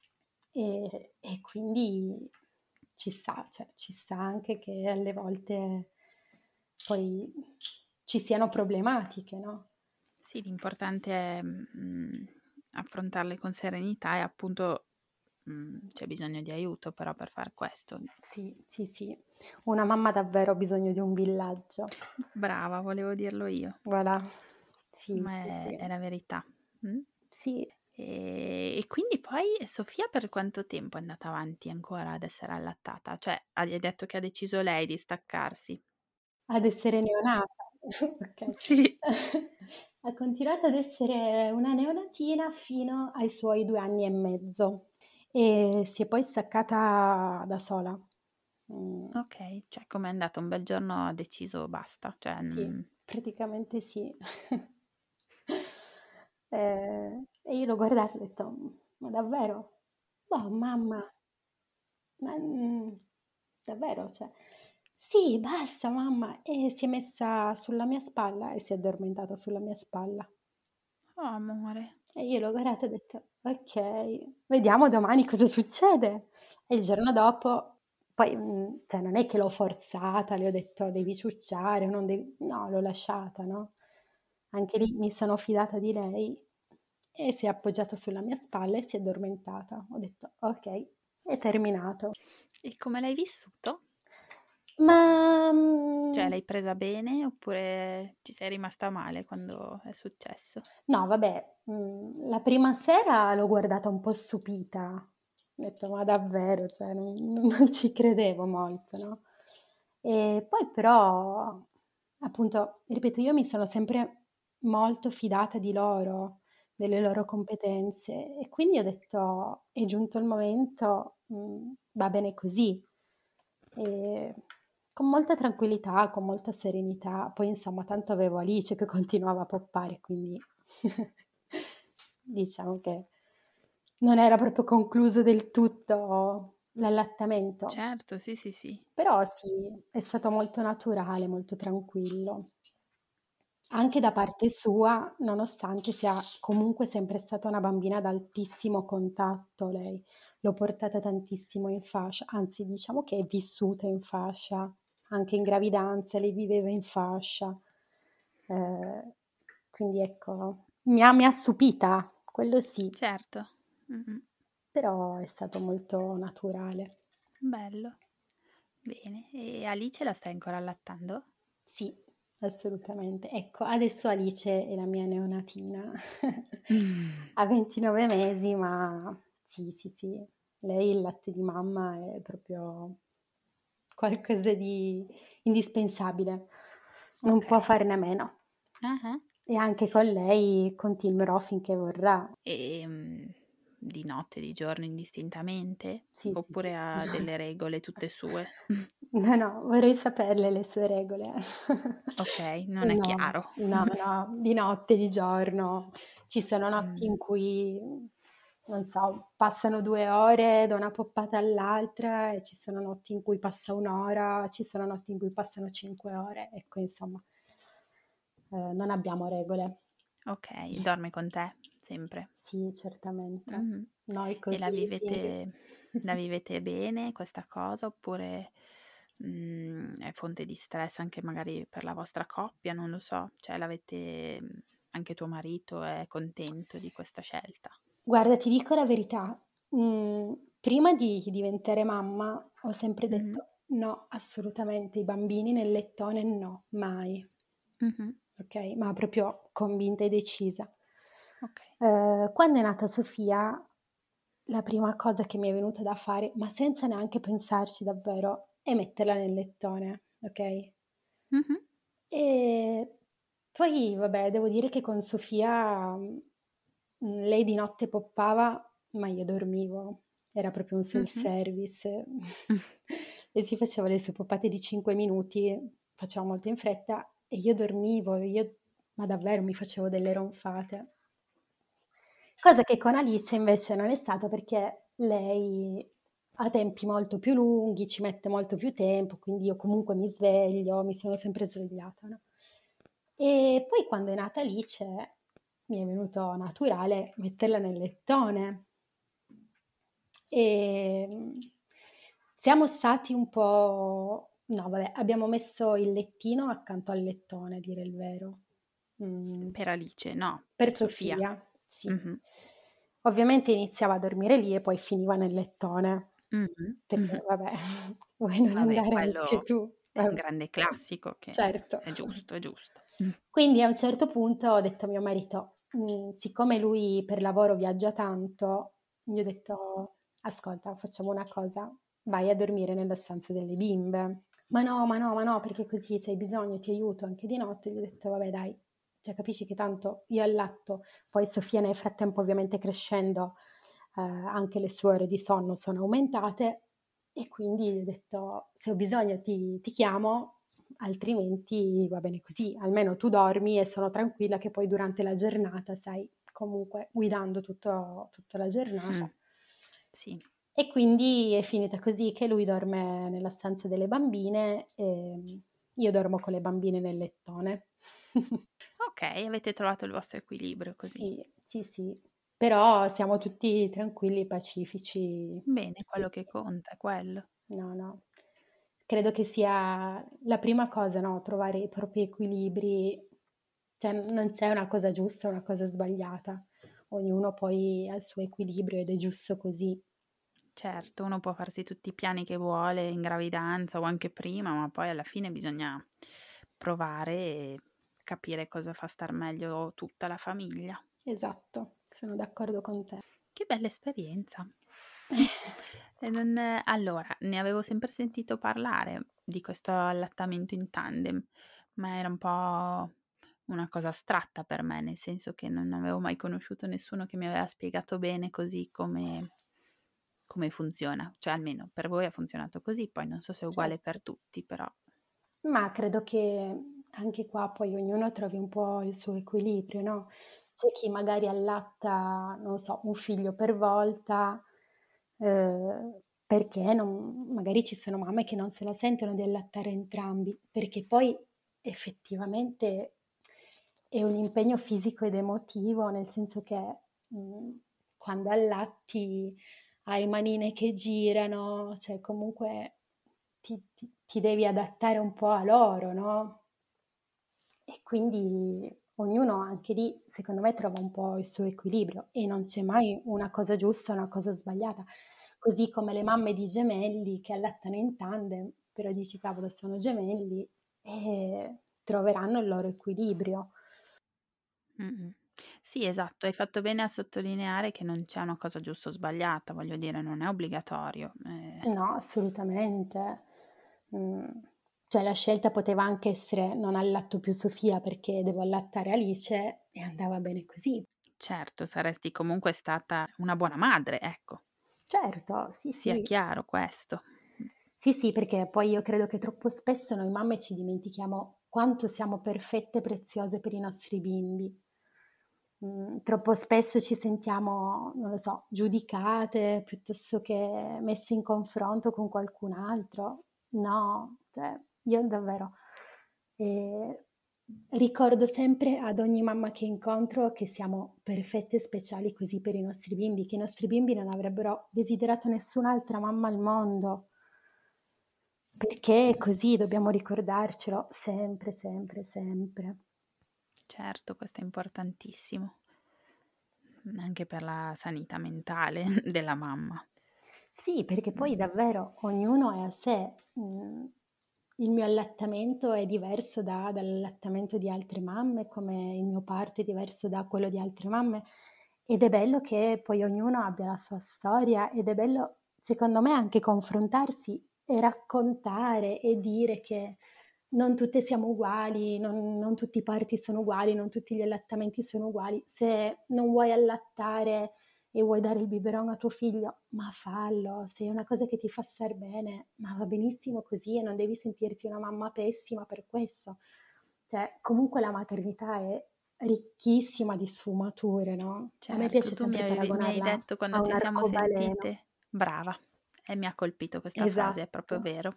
e e quindi ci sta, cioè ci sta anche che alle volte poi ci siano problematiche, no? Sì, l'importante è, mhmm, affrontarle con serenità e appunto, mhmm, c'è bisogno di aiuto però per far questo. Sì, sì, sì. Una mamma davvero ha bisogno di un villaggio. Brava, volevo dirlo io, Voilà. Sì, ma sì, è sì. è la verità. Mh. Sì, Ehm, e quindi poi Sofia per quanto tempo è andata avanti ancora ad essere allattata? Cioè, hai detto che ha deciso lei di staccarsi. ad essere neonata. Okay. Sì. Ha continuato ad essere una neonatina fino ai suoi due anni e mezzo e si è poi staccata da sola. Mhmm, Okay, cioè com'è andata? Un bel giorno ha deciso basta, cioè, sì, mhmm praticamente sì. Ehm, e io l'ho guardata e ho detto: "Ma davvero?" "No mamma, ma, mhmm, davvero, cioè" "Sì, basta mamma." E si è messa sulla mia spalla e si è addormentata sulla mia spalla. "Oh amore." E io l'ho guardata e ho detto: "Okay, vediamo domani cosa succede." E il giorno dopo poi, mhmm, cioè non è che l'ho forzata, le ho detto: "Devi ciucciare o non devi" no, l'ho lasciata, no, anche lì mi sono fidata di lei e si è appoggiata sulla mia spalla e si è addormentata. Ho detto: "Okay, è terminato." E come l'hai vissuto? Ma, Cioè mhmm l'hai presa bene oppure ci sei rimasta male quando è successo? no vabbè, mhmm, la prima sera l'ho guardata un po' stupita. Ho detto: "Ma davvero?" Cioè non non ci credevo molto, no, e poi però, appunto, ripeto, io mi sono sempre molto fidata di loro, delle loro competenze e quindi ho detto: "È giunto il momento, mhmm, va bene così." Ehm, con molta tranquillità, con molta serenità. Poi insomma tanto avevo Alice che continuava a poppare, quindi diciamo che non era proprio concluso del tutto l'allattamento. Certo, sì, sì, sì. Però sì, è stato molto naturale, molto tranquillo. Anche da parte sua, nonostante sia comunque sempre stata una bambina ad altissimo contatto lei. L'ho portata tantissimo in fascia, anzi diciamo che è vissuta in fascia, anche in gravidanza lei viveva in fascia. Ehm, quindi ecco, mi ha mi ha stupita, quello sì, Certo. Mh-mh. però è stato molto naturale. Bello. Bene. E Alice la stai ancora allattando? Sì, assolutamente. Ecco, adesso Alice è la mia neonatina. Mh. Ha ventinove mesi, ma sì, sì, sì, lei il latte di mamma è proprio qualcosa di indispensabile, non può Okay. farne a meno. Ah-ah. E anche con lei continuerò finché vorrà. Ehm, di notte, di giorno indistintamente? Sì, sì, sì. Oppure ha delle regole tutte sue? No, no, vorrei saperle le sue regole. Okay, non è No, chiaro. no, no, di notte, di giorno. Ci sono notti Mh. in cui, mhmm, non so, passano due ore da una poppata all'altra e ci sono notti in cui passa un ora, ci sono notti in cui passano cinque ore. Ecco, insomma, ehm, non abbiamo regole. Okay, dorme con te sempre? Sì, certamente. Mh-mh. Noi E la così vivete la vivete bene questa cosa oppure, mhmm, è fonte di stress anche magari per la vostra coppia? Non lo so. Cioè l'avete mhmm, anche tuo marito è contento di questa scelta? Guarda, ti dico la verità, mhmm, prima di diventare mamma ho sempre Mh-mh. detto: "No, assolutamente, i bambini nel lettone no, mai." Mh-mh. Okay, ma proprio convinta e decisa. Okay. Ehm, quando è nata Sofia, la prima cosa che mi è venuta da fare, ma senza neanche pensarci davvero, è metterla nel lettone, okay? Mh-mh. E poi vabbè, devo dire che con Sofia, mhmm, mhmm, lei di notte poppava, ma io dormivo. Era proprio un Mh-mh. self-service. Lei si faceva le sue poppate di cinque minuti, faceva molto in fretta e io dormivo, io ma davvero mi facevo delle ronfate. Cosa che con Alice invece non è stato perché lei ha tempi molto più lunghi, ci mette molto più tempo, quindi io comunque mi sveglio, mi sono sempre svegliata, no, e poi quando è nata Alice mi è venuto naturale metterla nel lettone. Ehm, siamo stati un po' no vabbè, abbiamo messo il lettino accanto al lettone a dire il vero. Mhmm, Per Alice, no, per per Sofia. Sofia, sì. Mh-mh. Ovviamente iniziava a dormire lì e poi finiva nel lettone, Mh-mh. perché Mh-mh. vabbè, vuoi non Vabbè, andare anche quello tu? è un Vabbè. grande classico che Certo. è giusto, è giusto. Mh. Quindi a un certo punto ho detto a mio marito, mhmm, siccome lui per lavoro viaggia tanto, gli ho detto: "Ascolta, facciamo una cosa, vai a dormire nella stanza delle bimbe". "Ma no, ma no, ma no, perché così se hai bisogno ti aiuto anche di notte". Gli ho detto: "Vabbè dai, cioè capisci che tanto io allatto, poi Sofia nel frattempo ovviamente crescendo, ehm, anche le sue ore di sonno sono aumentate e quindi gli ho detto: "Se ho bisogno ti ti chiamo, altrimenti va bene così, almeno tu dormi e sono tranquilla che poi durante la giornata, sai, comunque guidando tutto tutta la Mh. giornata". Sì. E quindi è finita così che lui dorme nella stanza delle bambine, ehm, io dormo con le bambine nel lettone. Okay, avete trovato il vostro equilibrio così. Sì, sì, sì, però siamo tutti tranquilli, pacifici Bene, tutti e quello che tre. conta è quello. No, no. Credo che sia la prima cosa, no, trovare i propri equilibri. Cioè, n non c'è una cosa giusta e una cosa sbagliata. Ognuno poi ha il suo equilibrio ed è giusto così. Certo, uno può farsi tutti i piani che vuole in gravidanza o anche prima, ma poi alla fine bisogna provare e capire cosa fa star meglio tutta la famiglia. Esatto, sono d'accordo con te. Che bella esperienza. E non allora, ne avevo sempre sentito parlare di questo allattamento in tandem, ma era un po' una cosa astratta per me, nel senso che non avevo mai conosciuto nessuno che mi aveva spiegato bene così come come funziona. Cioè almeno per voi ha funzionato così, poi non so se è uguale Certo. per tutti, però Ma credo che anche qua poi ognuno trovi un po' il suo equilibrio, no, c'è chi magari allatta, non so, un figlio per volta, ehm, perché non magari ci sono mamme che non se la sentono di allattare entrambi, perché poi effettivamente è un impegno fisico ed emotivo, nel senso che, mhmm, quando allatti hai manine che girano, cioè comunque ti ti ti devi adattare un po' a loro, no, e quindi ognuno anche lì, secondo me, trova un po' il suo equilibrio e non c'è mai una cosa giusta e una cosa sbagliata. Così come le mamme di gemelli che allattano in tandem, però dici: "Cavolo, sono gemelli", e troveranno il loro equilibrio. Mh-mh. Sì, esatto, hai fatto bene a sottolineare che non c'è una cosa giusta o sbagliata, voglio dire, non è obbligatorio. Ehm, No, assolutamente. Mhmm, cioè la scelta poteva anche essere: non allatto più Sofia perché devo allattare Alice, e andava bene così. certo, saresti comunque stata una buona madre, ecco, Certo, sì, sia sì. chiaro questo. Mh, Sì, sì, perché poi io credo che troppo spesso noi mamme ci dimentichiamo quanto siamo perfette e preziose per i nostri bimbi. Mhmm, troppo spesso ci sentiamo, non lo so, giudicate piuttosto che messe in confronto con qualcun altro. No, cioè io davvero, ehm, ricordo sempre ad ogni mamma che incontro che siamo perfette e speciali così per i nostri bimbi, che i nostri bimbi non avrebbero desiderato nessun'altra mamma al mondo. Perché è così, dobbiamo ricordarcelo sempre, sempre, sempre. certo, questo è importantissimo, mhmm, anche per la sanità mentale della mamma. Sì, perché poi Mh, davvero ognuno è a sé. Mhmm, il mio allattamento è diverso da dall'allattamento di altre mamme, come il mio parto è diverso da quello di altre mamme, ed è bello che poi ognuno abbia la sua storia, ed è bello, secondo me, anche confrontarsi e raccontare e dire che non tutte siamo uguali, non non tutti i parti sono uguali, non tutti gli allattamenti sono uguali. Se non vuoi allattare e vuoi dare il biberon a tuo figlio, ma fallo. Se è una cosa che ti fa star bene, ma va benissimo così e non devi sentirti una mamma pessima per questo. Cioè, comunque la maternità è ricchissima di sfumature, no, a me certo, piace tu mi sempre avevi mi hai paragonarla detto quando a un ci siamo arcobaleno. sentite brava, e mi ha colpito questa frase, è proprio Esatto. vero.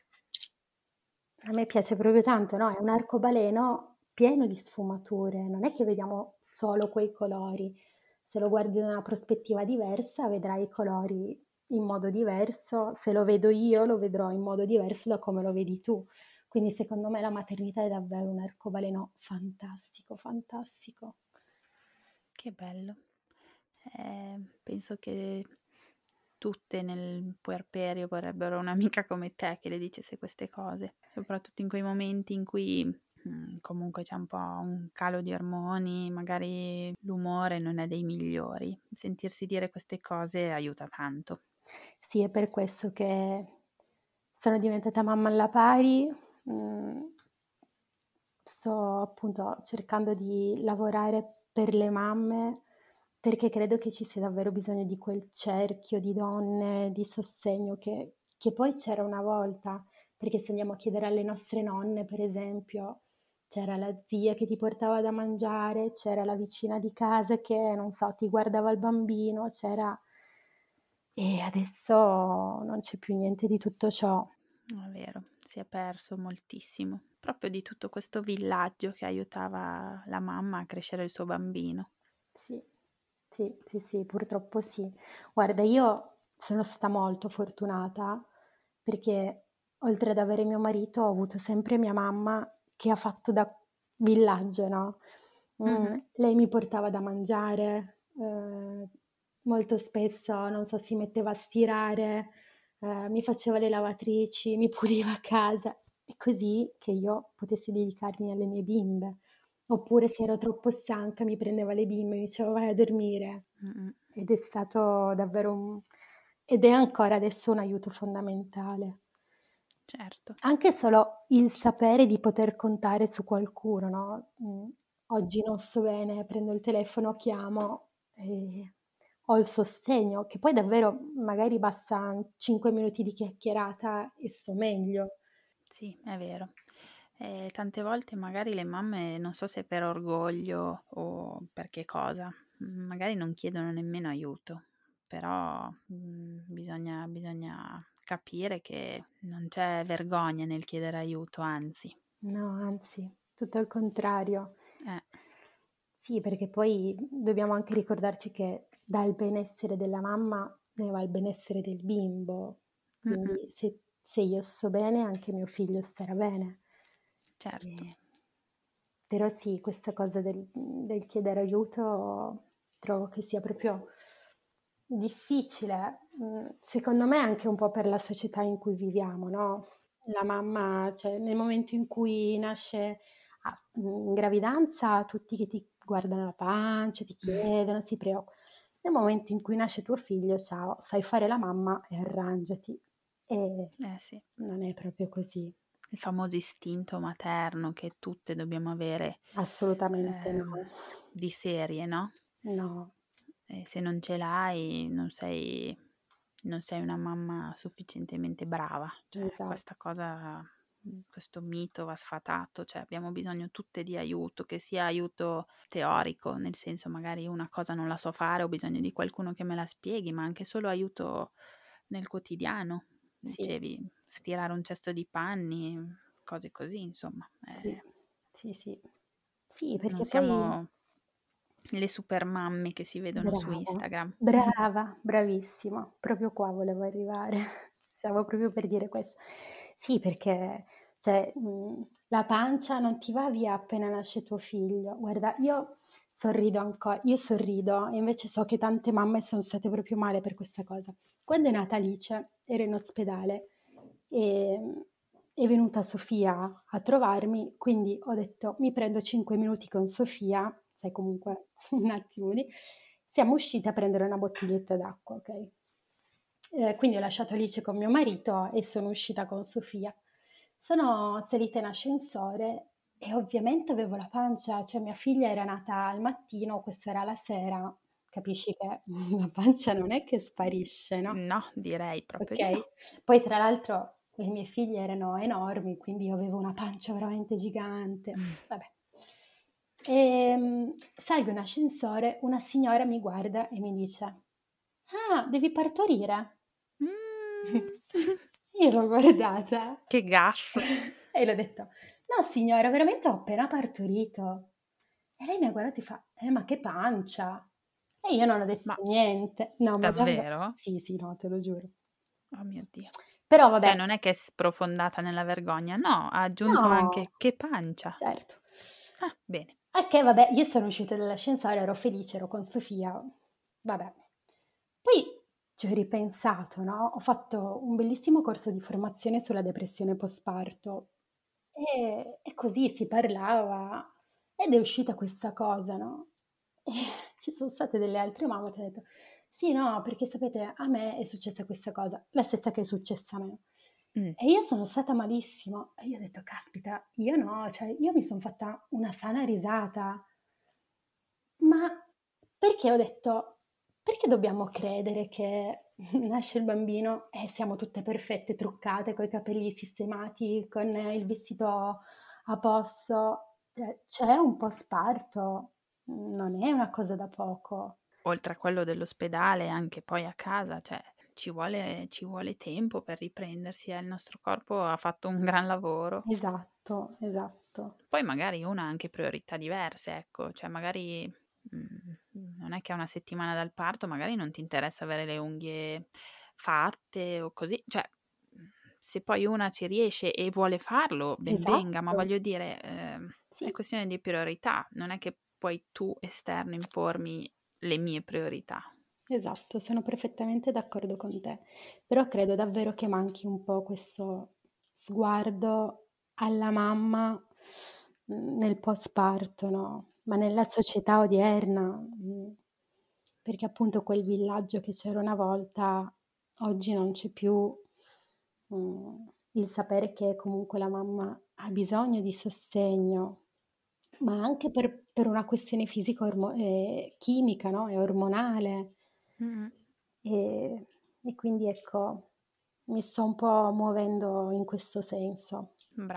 A me piace proprio tanto, no, è un arcobaleno pieno di sfumature, non è che vediamo solo quei colori. Se lo guardi da una prospettiva diversa, vedrai i colori in modo diverso, se lo vedo io, lo vedrò in modo diverso da come lo vedi tu. Quindi secondo me la maternità è davvero un arcobaleno fantastico, fantastico. Che bello. Ehm, penso che tutte nel puerperio vorrebbero un'amica come te che le dicesse queste cose, soprattutto in quei momenti in cui, mhmm, comunque c'è un po' un calo di ormoni, magari l'umore non è dei migliori. Sentirsi dire queste cose aiuta tanto. Sì, è per questo che sono diventata mamma alla pari, mhmm, sto appunto cercando di lavorare per le mamme, perché credo che ci sia davvero bisogno di quel cerchio di donne, di sostegno che che poi c'era una volta, perché se andiamo a chiedere alle nostre nonne, per esempio, c'era la zia che ti portava da mangiare, c'era la vicina di casa che, non so, ti guardava il bambino, c'era e adesso non c'è più niente di tutto ciò. È vero, si è perso moltissimo, proprio di tutto questo villaggio che aiutava la mamma a crescere il suo bambino. Sì, sì, sì, sì, purtroppo sì. Guarda, io sono stata molto fortunata perché oltre ad avere mio marito ho avuto sempre mia mamma che ha fatto da villaggio, no, Mh-mh. mhmm, lei mi portava da mangiare, uhm, molto spesso, non so, si metteva a stirare, ehm, mi faceva le lavatrici, mi puliva casa, e così che io potessi dedicarmi alle mie bimbe. Oppure se ero troppo stanca mi prendeva le bimbe e mi diceva: "Vai a dormire." Mh-mh. Ed è stato davvero un ed è ancora adesso un aiuto fondamentale. Certo. Anche solo il sapere di poter contare su qualcuno, no, mhmm, oggi non sto bene, prendo il telefono, chiamo e ho il sostegno, che poi davvero magari bastan cinque minuti di chiacchierata e sto meglio. Sì, è vero. E tante volte magari le mamme, non so se per orgoglio o per che cosa, mm, magari non chiedono nemmeno aiuto, però mm, bisogna, bisogna capire che non c'è vergogna nel chiedere aiuto, anzi. No, anzi, tutto il contrario. Eh, Sì, perché poi dobbiamo anche ricordarci che dal benessere della mamma ne va il benessere del bimbo. mm, mm, Quindi se, se io sto bene, anche mio figlio starà bene. certo. E- però sì, questa cosa del, del chiedere aiuto trovo che sia proprio difficile, mm, secondo me anche un po' per la società in cui viviamo, no? La mamma, cioè nel momento in cui nasce ah, in gravidanza, tutti che ti guardano la pancia, ti chiedono, si preoccupano. Nel momento in cui nasce tuo figlio, ciao, sai fare la mamma e arrangiati. E Eh sì, non è proprio così, il famoso istinto materno che tutte dobbiamo avere assolutamente no. ehm, di serie, no? No, E se non ce l'hai non sei, non sei una mamma sufficientemente brava, cioè esatto, questa cosa, mhmm, questo mito va sfatato, cioè abbiamo bisogno tutte di aiuto, che sia aiuto teorico, nel senso magari una cosa non la so fare, ho bisogno di qualcuno che me la spieghi, ma anche solo aiuto nel quotidiano. sì, Dicevi, stirare un cesto di panni, cose così, insomma. sì, Eh, sì, sì. Sì, non perché poi siamo le super mamme che si vedono su brava, Instagram. brava, bravissima, proprio qua volevo arrivare. Stavo proprio per dire questo. Sì, perché cioè, mh, la pancia non ti va via appena nasce tuo figlio. Guarda, io sorrido ancora, io sorrido e invece so che tante mamme sono state proprio male per questa cosa. Quando è nata Alice, ero in ospedale e è venuta Sofia a trovarmi, quindi ho detto mi prendo cinque minuti con Sofia, sai comunque un attimo di... Siamo uscite a prendere una bottiglietta d'acqua, ok? Eh, quindi ho lasciato Alice con mio marito e sono uscita con Sofia. Sono salita in ascensore e ovviamente avevo la pancia, cioè mia figlia era nata al mattino, questa era la sera, capisci che la pancia non è che sparisce, no? No, direi proprio di no. Ok? Poi tra l'altro le mie figlie erano enormi, quindi io avevo una pancia veramente gigante. Vabbè. E, salgo in ascensore, una signora mi guarda e mi dice: Ah, devi partorire? Mm. Io l'ho guardata Che gaff. e l'ho detto: No, signora, veramente ho appena partorito. E lei mi ha guardato e fa: Eh, ma che pancia! E io non ho Ma detto niente. No, ma davvero. davvero? Sì, sì, no, te lo giuro. Oh mio Dio. Però Cioè vabbè, non è che è sprofondata nella vergogna, no, ha aggiunto no, anche che pancia. certo. Ah, bene. Al che vabbè, io sono uscita dall'ascensore, ero felice, ero con Sofia, vabbè. Poi ci ho ripensato, no? Ho fatto un bellissimo corso di formazione sulla depressione postparto e, e così si parlava ed è uscita questa cosa, no? E ci sono state delle altre mamme che hanno detto, sì, no, perché sapete, a me è successa questa cosa, la stessa che è successa a me. Mm. E io sono stata malissimo. E io ho detto, caspita, io no, cioè io mi sono fatta una sana risata. Ma perché ho detto, perché dobbiamo credere che nasce il bambino e siamo tutte perfette, truccate, coi capelli sistemati, con il vestito a posto? Cioè, c'è un po' sparto, non è una cosa da poco. Oltre a quello dell'ospedale, anche poi a casa, cioè ci vuole, ci vuole tempo per riprendersi, eh. Il nostro corpo ha fatto un gran lavoro. Esatto, esatto. Poi magari una ha anche priorità diverse, ecco, cioè magari mm, non è che a una settimana dal parto magari non ti interessa avere le unghie fatte o così, cioè mm, se poi una ci riesce e vuole farlo, ben venga, ma Esatto, voglio dire, ehm, è sì. questione di priorità, non è che puoi tu esterno impormi le mie priorità. Esatto, sono perfettamente d'accordo con te, però credo davvero che manchi un po' questo sguardo alla mamma mh, nel postparto, no? Ma nella società odierna, mh, perché appunto quel villaggio che c'era una volta, oggi non c'è più. mh, il sapere che comunque la mamma ha bisogno di sostegno, ma anche per, per una questione fisica, chimica, no? E ormonale. Mm, E, e quindi ecco, mi sto un po' muovendo in questo senso. brava.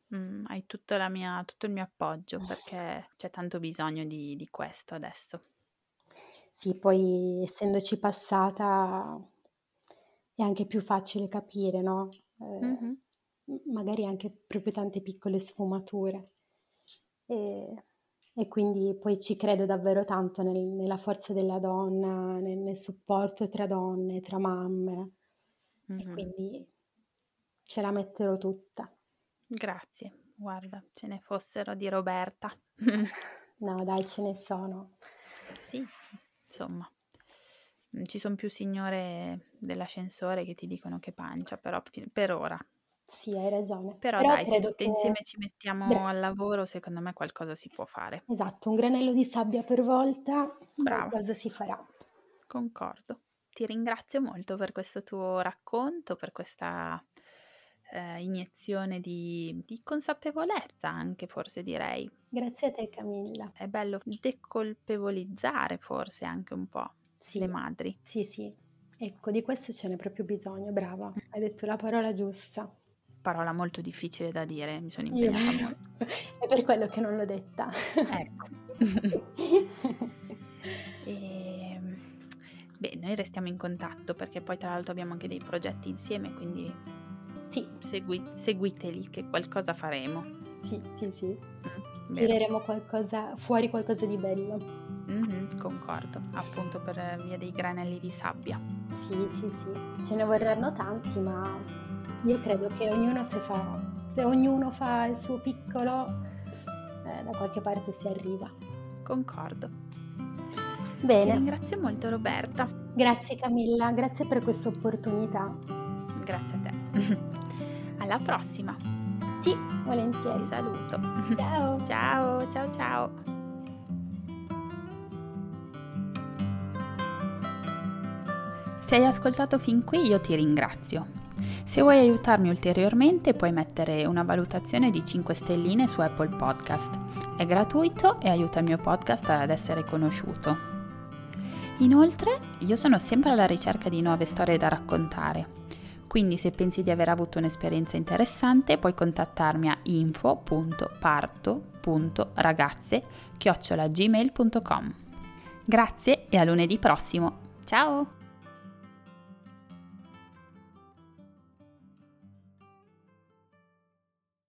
Mm, hai tutta la mia, tutto il mio appoggio perché c'è tanto bisogno di, di questo adesso. Sì, poi essendoci passata è anche più facile capire, no? Eh, Mhm. m- magari anche proprio tante piccole sfumature. E, e quindi poi ci credo davvero tanto nel- nella forza della donna, nel, nel supporto tra donne, tra mamme. E Mhm. quindi ce la metterò tutta. Grazie, guarda, ce ne fossero di Roberta. No, dai, ce ne sono. Sì, insomma, mm, ci sono più signore dell'ascensore che ti dicono che pancia, però fi- per ora. Sì, hai ragione. Però Però dai, se credo tutte che... insieme ci mettiamo gra- al lavoro, secondo me qualcosa si può fare. Esatto, un granello di sabbia per volta, Brava, qualcosa si farà. concordo. Ti ringrazio molto per questo tuo racconto, per questa eh, iniezione di, di consapevolezza, anche forse direi. Grazie a te, Camilla. È bello decolpevolizzare forse anche un po' le Sì, madri. sì, sì. Ecco, di questo ce n'è proprio bisogno, brava. Hai detto la parola giusta. Parola molto difficile da dire, mi sono Io- impegnata molto. È per quello che non l'ho detta. Ecco. E, beh, noi restiamo in contatto perché poi tra l'altro abbiamo anche dei progetti insieme, quindi Sì, segui- seguiteli che qualcosa faremo. sì, sì, sì. Mm, vero? Tireremo qualcosa, fuori qualcosa di bello. Mhm, concordo, appunto per via dei granelli di sabbia. Sì, sì, sì. Ce ne vorranno tanti, ma io credo che ognuno se fa, se ognuno fa il suo piccolo, eh, da qualche parte si arriva. Concordo. Ti Bene, ringrazio molto Roberta. grazie Camilla, grazie per questa opportunità. Grazie a te. Alla prossima. Sì, Ti volentieri. saluto. Ciao. Ciao, ciao, ciao. Se hai ascoltato fin qui io ti ringrazio. Se vuoi aiutarmi ulteriormente puoi mettere una valutazione di cinque stelline su Apple Podcast. È gratuito e aiuta il mio podcast ad essere conosciuto. Inoltre, io sono sempre alla ricerca di nuove storie da raccontare. Quindi se pensi di aver avuto un'esperienza interessante puoi contattarmi a info punto parto punto ragazze chiocciola gmail punto com. Grazie e a lunedì prossimo. Ciao!